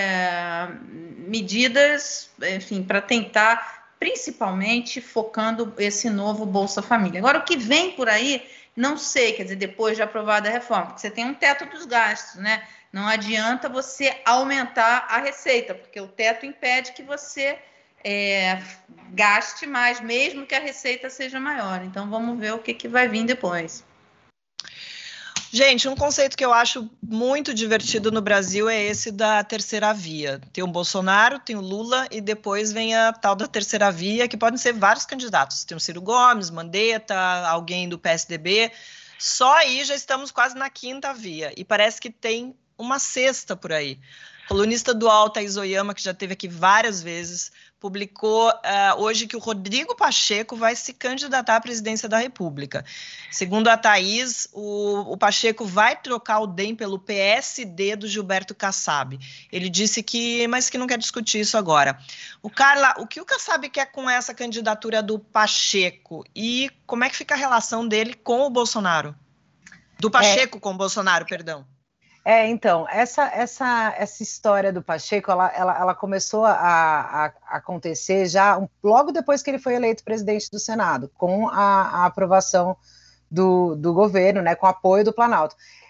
Speaker 6: medidas, enfim, para tentar, principalmente focando esse novo Bolsa Família. Agora, o que vem por aí, não sei, quer dizer, depois de aprovada a reforma, porque você tem um teto dos gastos, né? Não adianta você aumentar a receita, porque o teto impede que você gaste mais, mesmo que a receita seja maior. Então, vamos ver o que vai vir depois.
Speaker 2: Gente, um conceito que eu acho muito divertido no Brasil é esse da terceira via. Tem o Bolsonaro, tem o Lula e depois vem a tal da terceira via, que podem ser vários candidatos. Tem o Ciro Gomes, Mandetta, alguém do PSDB. Só aí já estamos quase na quinta via. E parece que tem uma sexta por aí. A colunista do UOL, Thaís Oyama, que já esteve aqui várias vezes, publicou hoje que o Rodrigo Pacheco vai se candidatar à presidência da República. Segundo a Thaís, o Pacheco vai trocar o DEM pelo PSD do Gilberto Kassab. Ele disse mas que não quer discutir isso agora. Carla, o que o Kassab quer com essa candidatura do Pacheco? E como é que fica a relação dele com o Bolsonaro? Do Pacheco com o Bolsonaro, perdão.
Speaker 5: Então, essa história do Pacheco, ela começou a acontecer já logo depois que ele foi eleito presidente do Senado, com a aprovação do governo, né, com o apoio do Planalto.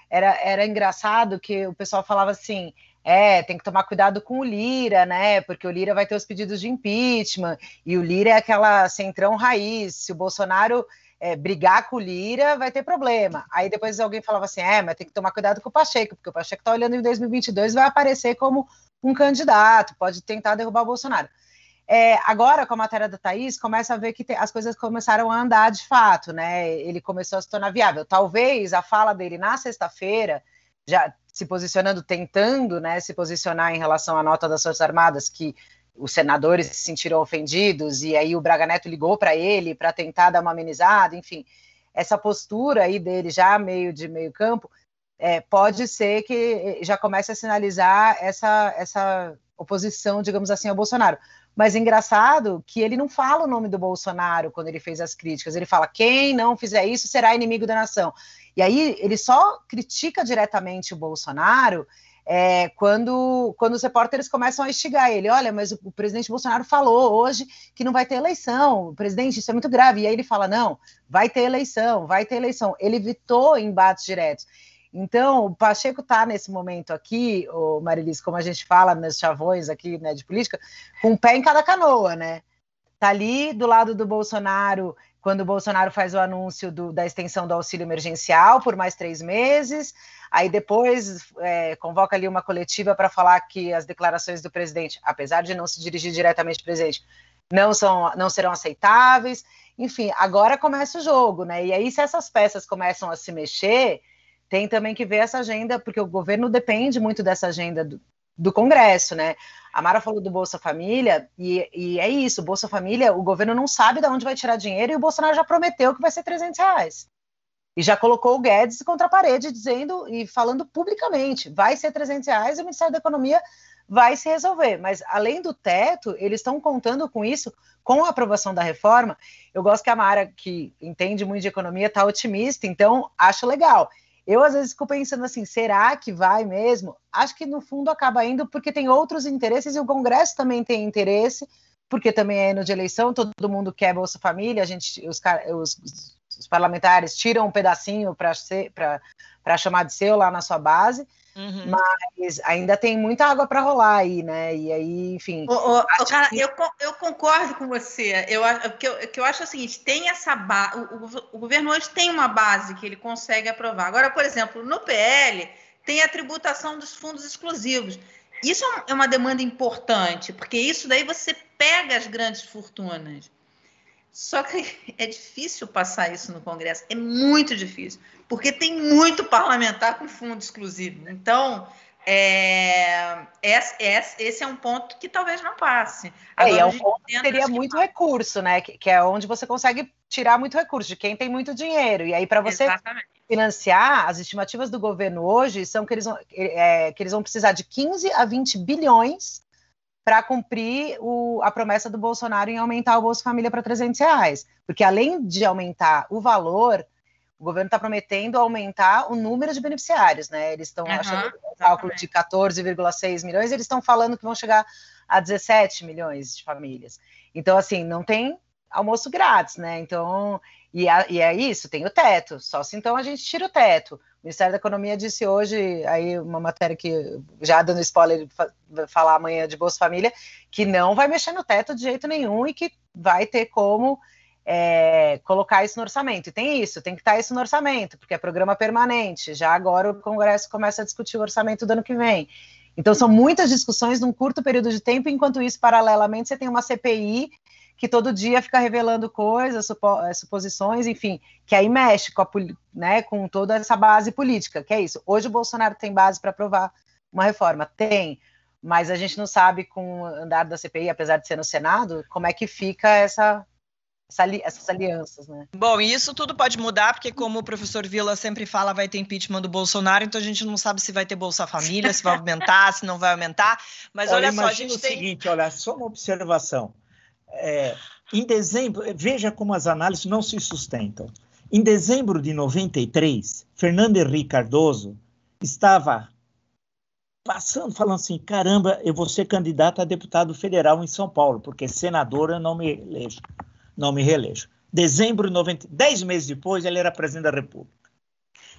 Speaker 5: era engraçado que o pessoal falava assim, tem que tomar cuidado com o Lira, né, porque o Lira vai ter os pedidos de impeachment, e o Lira é aquela centrão raiz, se o Bolsonaro brigar com o Lira, vai ter problema. Aí depois alguém falava assim, mas tem que tomar cuidado com o Pacheco, porque o Pacheco está olhando em 2022 e vai aparecer como um candidato, pode tentar derrubar o Bolsonaro. Agora, com a matéria da Thaís, começa a ver que as coisas começaram a andar de fato, né? Ele começou a se tornar viável. Talvez a fala dele na sexta-feira, já se posicionando, tentando, né, se posicionar em relação à nota das Forças Armadas, que os senadores se sentiram ofendidos, e aí o Braga Neto ligou para ele para tentar dar uma amenizada, enfim. Essa postura aí dele, já meio de meio campo, pode ser que já comece a sinalizar essa oposição, digamos assim, ao Bolsonaro. Mas engraçado que ele não fala o nome do Bolsonaro quando ele fez as críticas. Ele fala, quem não fizer isso será inimigo da nação. E aí ele só critica diretamente o Bolsonaro quando os repórteres começam a instigar ele. Olha, mas o presidente Bolsonaro falou hoje que não vai ter eleição. Presidente, isso é muito grave. E aí ele fala, não, vai ter eleição, vai ter eleição. Ele evitou embates diretos. Então, o Pacheco está nesse momento aqui, Marilis, como a gente fala nos chavões aqui, né, de política, com um pé em cada canoa, né? Está ali do lado do Bolsonaro, quando o Bolsonaro faz o anúncio da extensão do auxílio emergencial por mais 3 meses, aí depois convoca ali uma coletiva para falar que as declarações do presidente, apesar de não se dirigir diretamente ao presidente, não serão aceitáveis. Enfim, agora começa o jogo, né? E aí, se essas peças começam a se mexer, tem também que ver essa agenda, porque o governo depende muito dessa agenda do Congresso, né? A Mara falou do Bolsa Família, e é isso, o Bolsa Família, o governo não sabe de onde vai tirar dinheiro, e o Bolsonaro já prometeu que vai ser R$300. E já colocou o Guedes contra a parede, dizendo e falando publicamente, vai ser R$300 e o Ministério da Economia vai se resolver. Mas, além do teto, eles estão contando com isso, com a aprovação da reforma. Eu gosto que a Mara, que entende muito de economia, está otimista, então acho legal. Eu, às vezes, fico pensando assim, será que vai mesmo? Acho que, no fundo, acaba indo porque tem outros interesses e o Congresso também tem interesse, porque também é ano de eleição, todo mundo quer Bolsa Família, os parlamentares tiram um pedacinho para chamar de seu lá na sua base, mas ainda tem muita água para rolar aí, né? E aí, enfim...
Speaker 6: Cara, eu concordo com você. O que eu acho é o seguinte, tem essa base, o governo hoje tem uma base que ele consegue aprovar. Agora, por exemplo, no PL, tem a tributação dos fundos exclusivos. Isso é uma demanda importante, porque isso daí você pega as grandes fortunas. Só que é difícil passar isso no Congresso, é muito difícil, porque tem muito parlamentar com fundo exclusivo. Então, esse é um ponto que talvez não passe.
Speaker 5: Agora, um ponto que teria muito recurso, né? Que é onde você consegue tirar muito recurso, de quem tem muito dinheiro. E aí, para você financiar, as estimativas do governo hoje são que eles vão precisar de 15 a 20 bilhões para cumprir a promessa do Bolsonaro em aumentar o Bolsa Família para R$300. Porque, além de aumentar o valor, o governo está prometendo aumentar o número de beneficiários, né? Eles estão achando um cálculo de 14,6 milhões, eles estão falando que vão chegar a 17 milhões de famílias. Então, assim, não tem almoço grátis, né? Então, e é isso, tem o teto, só se então a gente tira o teto. O Ministério da Economia disse hoje, aí uma matéria que, já dando spoiler, vai falar amanhã de Bolsa Família, que não vai mexer no teto de jeito nenhum e que vai ter como colocar isso no orçamento. E tem isso, tem que estar isso no orçamento, porque é programa permanente. Já agora o Congresso começa a discutir o orçamento do ano que vem. Então são muitas discussões num curto período de tempo, enquanto isso, paralelamente, você tem uma CPI que todo dia fica revelando coisas, suposições, enfim, que aí mexe com toda essa base política, que é isso. Hoje o Bolsonaro tem base para aprovar uma reforma? Tem, mas a gente não sabe, com o andar da CPI, apesar de ser no Senado, como é que fica essas alianças, né?
Speaker 2: Bom, e isso tudo pode mudar, porque como o professor Vila sempre fala, vai ter impeachment do Bolsonaro, então a gente não sabe se vai ter Bolsa Família, se vai aumentar, se não vai aumentar, mas olha só, a gente tem...
Speaker 3: seguinte, olha, só uma observação. Em dezembro, veja como as análises não se sustentam. Em dezembro de 93, Fernando Henrique Cardoso estava falando assim, caramba, eu vou ser candidato a deputado federal em São Paulo, porque senador eu não me reelejo. Dezembro de 90, 10 meses depois, ele era presidente da República.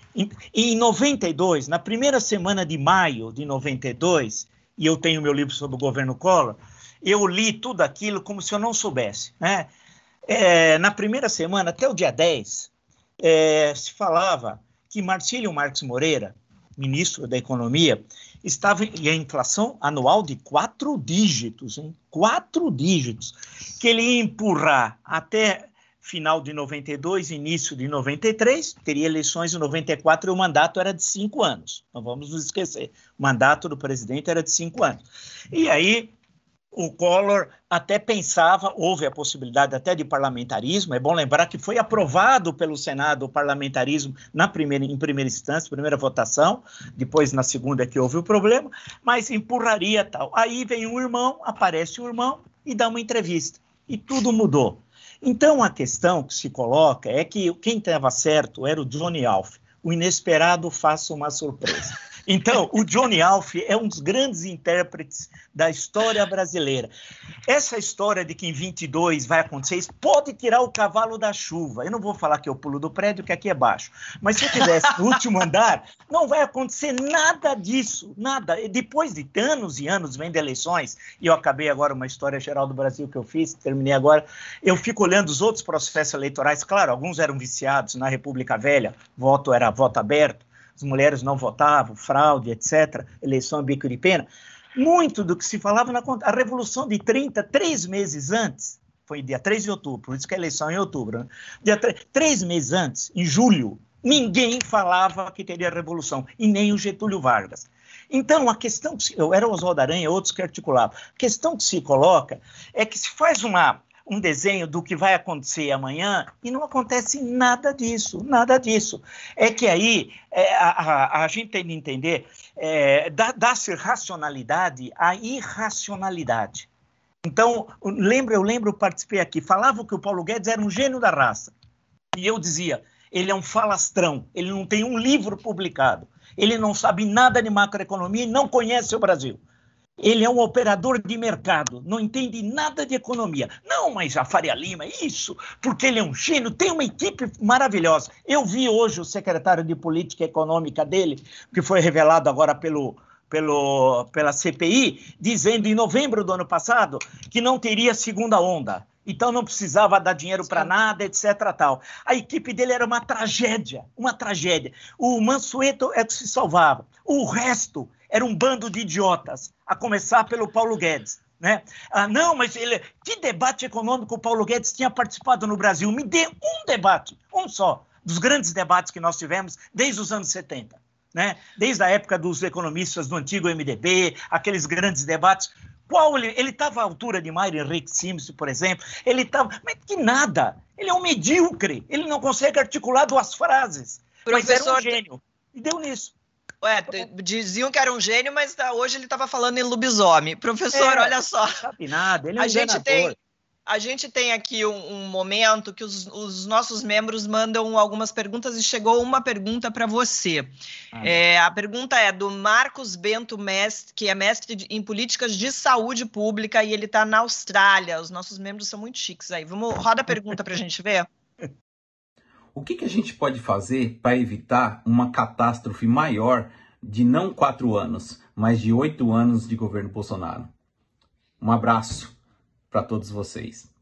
Speaker 3: Em 92, na primeira semana de maio de 92, e eu tenho meu livro sobre o governo Collor, eu li tudo aquilo como se eu não soubesse, né? Na primeira semana, até o dia 10, se falava que Marcílio Marques Moreira, ministro da Economia, estava em a inflação anual de 4 dígitos, hein? 4 dígitos, que ele ia empurrar até final de 92, início de 93, teria eleições em 94 e o mandato era de 5 anos. Não vamos nos esquecer, o mandato do presidente era de 5 anos. E aí o Collor até pensava, houve a possibilidade até de parlamentarismo, é bom lembrar que foi aprovado pelo Senado o parlamentarismo em primeira instância, primeira votação, depois na segunda que houve o problema, mas empurraria tal. Aí vem um irmão, aparece o irmão e dá uma entrevista, e tudo mudou. Então a questão que se coloca é que quem estava certo era o Johnny Alf, o inesperado faça uma surpresa. Então, o Johnny Alf é um dos grandes intérpretes da história brasileira. Essa história de que em 22 vai acontecer isso, pode tirar o cavalo da chuva. Eu não vou falar que eu pulo do prédio, que aqui é baixo. Mas se eu tivesse no último andar, não vai acontecer nada disso, nada. E depois de anos e anos, vem de eleições, e eu acabei agora uma história geral do Brasil que eu fiz, terminei agora, eu fico olhando os outros processos eleitorais, claro, alguns eram viciados na República Velha, voto era voto aberto, as mulheres não votavam, fraude, etc., eleição a bico de pena. Muito do que se falava a Revolução de 30, 3 meses antes, foi dia 3 de outubro, por isso que a eleição é em outubro, né? 3 meses antes, em julho, ninguém falava que teria revolução, e nem o Getúlio Vargas. Então, a questão, eu era o Oswaldo Aranha, outros que articulavam, a questão que se coloca é que se faz um desenho do que vai acontecer amanhã e não acontece nada disso, nada disso. É que aí a gente tem de entender, dá-se racionalidade à irracionalidade. Então, eu lembro, participei aqui, falava que o Paulo Guedes era um gênio da raça. E eu dizia, ele é um falastrão, ele não tem um livro publicado, ele não sabe nada de macroeconomia e não conhece o Brasil. Ele é um operador de mercado, não entende nada de economia. Não, mas a Faria Lima, isso, porque ele é um gênio, tem uma equipe maravilhosa. Eu vi hoje o secretário de Política Econômica dele, que foi revelado agora pela CPI, dizendo em novembro do ano passado que não teria segunda onda. Então não precisava dar dinheiro para nada, etc. Tal. A equipe dele era uma tragédia, uma tragédia. O Mansueto é que se salvava. O resto era um bando de idiotas, a começar pelo Paulo Guedes, né? Não, mas que debate econômico o Paulo Guedes tinha participado no Brasil? Me dê um debate, um só, dos grandes debates que nós tivemos desde os anos 70, né? Desde a época dos economistas do antigo MDB, aqueles grandes debates. Qual ele estava à altura de Mário Henrique Simes, por exemplo? Ele estava, mas que nada, ele é um medíocre, ele não consegue articular 2 frases, mas era um gênio, e deu nisso.
Speaker 2: Diziam que era um gênio, mas hoje ele estava falando em lobisomem. Professor, olha só.
Speaker 3: Não sabe nada, ele é um enganador.
Speaker 2: A gente tem aqui um momento que os nossos membros mandam algumas perguntas e chegou uma pergunta para você. A pergunta é do Marcos Bento Mestre, que é mestre em políticas de saúde pública e ele está na Austrália. Os nossos membros são muito chiques aí. Roda a pergunta para a gente ver.
Speaker 7: O que a gente pode fazer para evitar uma catástrofe maior de não 4 anos, mas de 8 anos de governo Bolsonaro? Um abraço para todos vocês.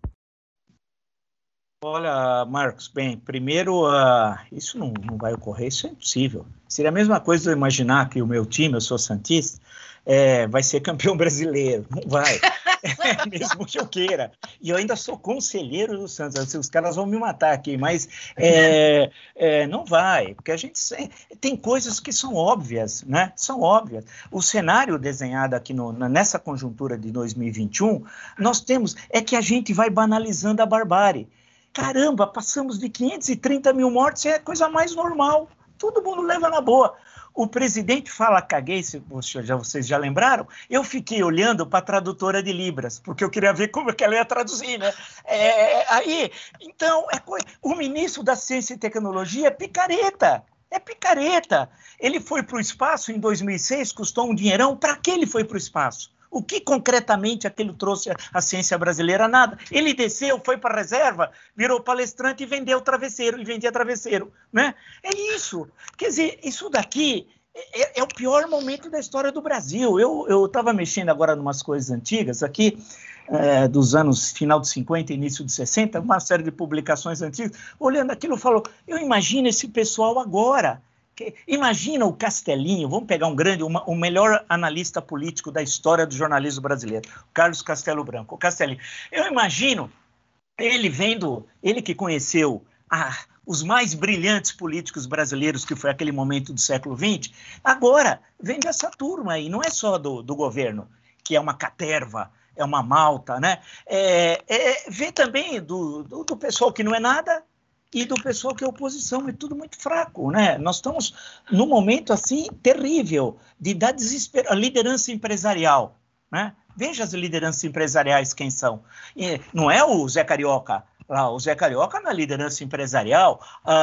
Speaker 3: Olha, Marcos, bem, primeiro, isso não vai ocorrer, isso é impossível. Seria a mesma coisa de eu imaginar que o meu time, eu sou santista, vai ser campeão brasileiro. Não vai. Mesmo que eu queira. E eu ainda sou conselheiro do Santos. Os caras vão me matar aqui, mas não vai, porque a gente tem coisas que são óbvias, né? São óbvias. O cenário desenhado aqui nessa conjuntura de 2021, nós temos que a gente vai banalizando a barbárie. Caramba, passamos de 530 mil mortes, é a coisa mais normal. Todo mundo leva na boa. O presidente fala caguei, se vocês já lembraram, eu fiquei olhando para a tradutora de Libras, porque eu queria ver como é que ela ia traduzir, né? Então, o ministro da Ciência e Tecnologia é picareta. Ele foi para o espaço em 2006, custou um dinheirão. Para que ele foi para o espaço? O que concretamente aquilo trouxe à ciência brasileira? Nada. Ele desceu, foi para a reserva, virou palestrante e vendeu travesseiro, e vendia travesseiro, né? É isso. Quer dizer, isso daqui é o pior momento da história do Brasil. Eu estava mexendo agora em umas coisas antigas aqui, dos anos final de 50, início de 60, uma série de publicações antigas, olhando aquilo, eu imagino esse pessoal agora. Imagina o Castelinho, vamos pegar o melhor analista político da história do jornalismo brasileiro, Carlos Castelo Branco. O Castelinho, eu imagino ele que conheceu os mais brilhantes políticos brasileiros, que foi aquele momento do século XX, agora vem dessa turma aí, não é só do governo, que é uma caterva, é uma malta, né? Vê também do pessoal que não é nada, e do pessoal que é oposição, é tudo muito fraco, né? Nós estamos num momento, assim, terrível, de dar desespero, a liderança empresarial, né? Veja as lideranças empresariais quem são. Não é o Zé Carioca, lá, o Zé Carioca na liderança empresarial,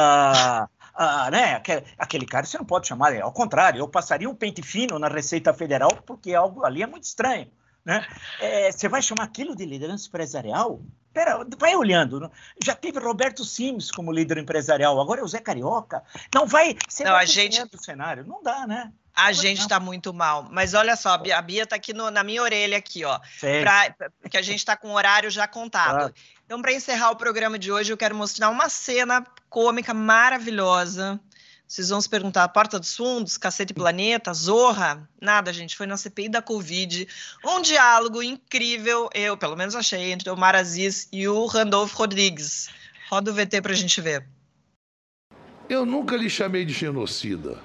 Speaker 3: né? Aquele cara você não pode chamar, ao contrário, eu passaria um pente fino na Receita Federal, porque algo ali é muito estranho, né? Você vai chamar aquilo de liderança empresarial? Pera, vai olhando. Já teve Roberto Simes como líder empresarial, agora é o Zé Carioca. Não vai...
Speaker 2: a gente...
Speaker 3: do cenário. Não dá, né?
Speaker 2: A gente está muito mal. Mas olha só, a Bia está aqui na minha orelha, aqui, ó. Porque a gente está com o horário já contado. Claro. Então, para encerrar o programa de hoje, eu quero mostrar uma cena cômica maravilhosa. Vocês vão se perguntar, Porta dos Fundos, Cacete Planeta, Zorra? Nada, gente, foi na CPI da Covid. Um diálogo incrível, eu pelo menos achei, entre o Omar Aziz e o Randolfo Rodrigues. Roda o VT pra gente ver.
Speaker 8: Eu nunca lhe chamei de genocida.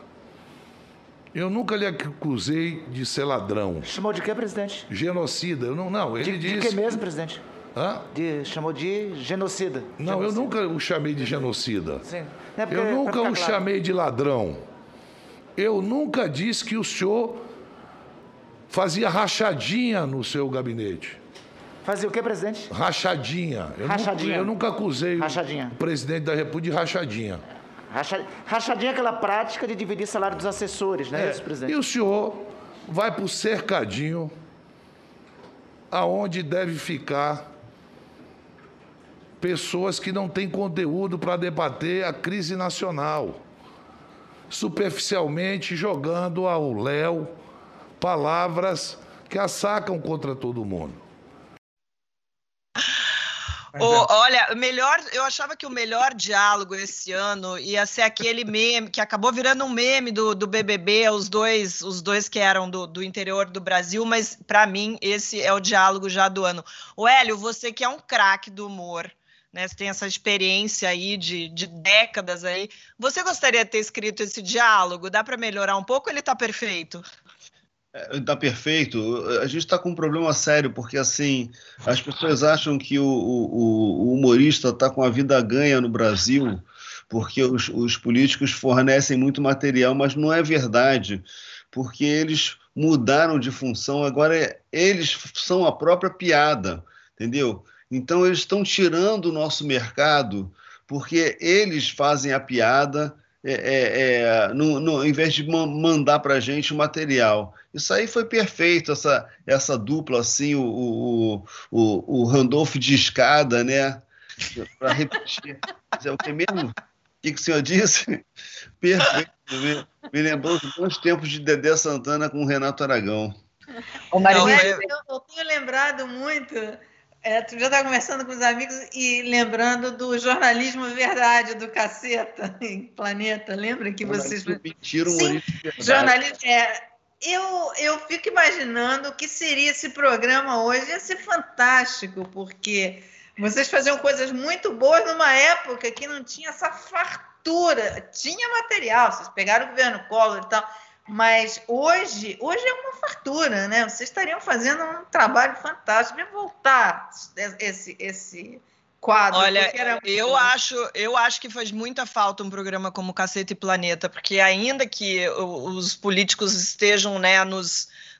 Speaker 8: Eu nunca lhe acusei de ser ladrão.
Speaker 9: Chamou de quê, presidente?
Speaker 8: Genocida. Não, ele disse...
Speaker 9: De que mesmo, presidente?
Speaker 8: Hã?
Speaker 9: Chamou de genocida.
Speaker 8: Não, genocida. Eu nunca o chamei de genocida.
Speaker 9: Sim.
Speaker 8: Eu nunca o chamei de ladrão. Eu nunca disse que o senhor fazia rachadinha no seu gabinete.
Speaker 9: Fazia o quê, presidente?
Speaker 8: Rachadinha. Eu nunca acusei o presidente da República de rachadinha.
Speaker 9: Rachadinha é aquela prática de dividir salário dos assessores, né, presidente?
Speaker 8: E o senhor vai para o cercadinho aonde deve ficar pessoas que não têm conteúdo para debater a crise nacional, superficialmente jogando ao léu palavras que assacam contra todo mundo.
Speaker 2: Olha, eu achava que o melhor diálogo esse ano ia ser aquele meme, que acabou virando um meme do BBB, os dois que eram do interior do Brasil, mas para mim esse é o diálogo já do ano. O Hélio, você que é um craque do humor, né? Você tem essa experiência aí de décadas aí, você gostaria de ter escrito esse diálogo? Dá para melhorar um pouco ou ele está perfeito?
Speaker 4: Está perfeito. A gente está com um problema sério, porque assim, as pessoas acham que o humorista está com a vida ganha no Brasil, porque os políticos fornecem muito material, mas não é verdade, porque eles mudaram de função, agora eles são a própria piada, entendeu? Então eles estão tirando o nosso mercado, porque eles fazem a piada, em vez de mandar para a gente o material. Isso aí foi perfeito, essa dupla, assim, o Randolfo de escada, né? Para repetir. É o que mesmo? O que o senhor disse? Perfeito. Me lembrou os bons tempos de Dedé Santana com o Renato Aragão.
Speaker 6: Eu tenho lembrado muito... tu já está conversando com os amigos e lembrando do jornalismo verdade do Caceta em Planeta. Lembra que vocês...
Speaker 4: Mentiram,
Speaker 6: jornalismo... Eu fico imaginando o que seria esse programa hoje. Ia ser fantástico, porque vocês faziam coisas muito boas numa época que não tinha essa fartura. Tinha material, vocês pegaram o governo Collor e tal... Mas hoje é uma fartura, né? Vocês estariam fazendo um trabalho fantástico de voltar esse quadro.
Speaker 2: Olha, eu acho que faz muita falta um programa como Cacete e Planeta, porque ainda que os políticos estejam, né, nos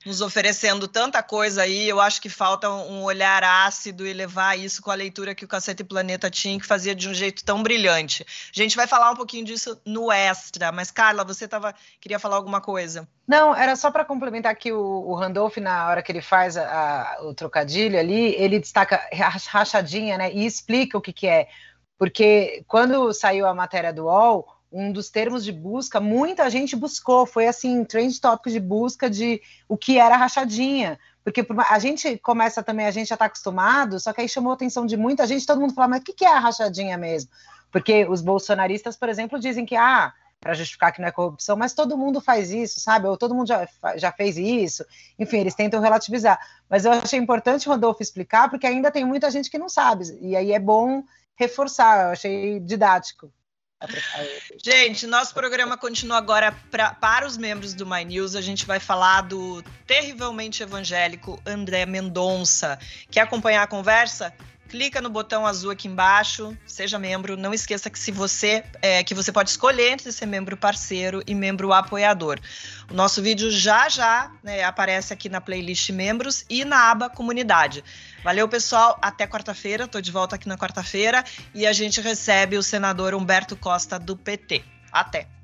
Speaker 2: nos oferecendo tanta coisa aí. Eu acho que falta um olhar ácido e levar isso com a leitura que o Cacete Planeta tinha, que fazia de um jeito tão brilhante. A gente vai falar um pouquinho disso no Extra, mas Carla, você queria falar alguma coisa?
Speaker 5: Não, era só para complementar que o Randolph, na hora que ele faz o trocadilho ali, ele destaca rachadinha, né, e explica o que é. Porque quando saiu a matéria do UOL, um dos termos de busca, muita gente buscou, foi assim, trend topic de busca de o que era rachadinha, porque a gente começa também, a gente já está acostumado, só que aí chamou a atenção de muita gente, todo mundo fala, mas o que é a rachadinha mesmo? Porque os bolsonaristas, por exemplo, dizem que, para justificar que não é corrupção, mas todo mundo faz isso, sabe? Ou todo mundo já fez isso, enfim, eles tentam relativizar. Mas eu achei importante o Rodolfo explicar, porque ainda tem muita gente que não sabe, e aí é bom reforçar, eu achei didático.
Speaker 2: Gente, nosso programa continua agora para os membros do My News. A gente vai falar do terrivelmente evangélico André Mendonça. Quer acompanhar a conversa? Clica no botão azul aqui embaixo, seja membro. Não esqueça que que você pode escolher entre ser membro parceiro e membro apoiador. O nosso vídeo já aparece aqui na playlist membros e na aba comunidade. Valeu, pessoal. Até quarta-feira. Estou de volta aqui na quarta-feira e a gente recebe o senador Humberto Costa do PT. Até!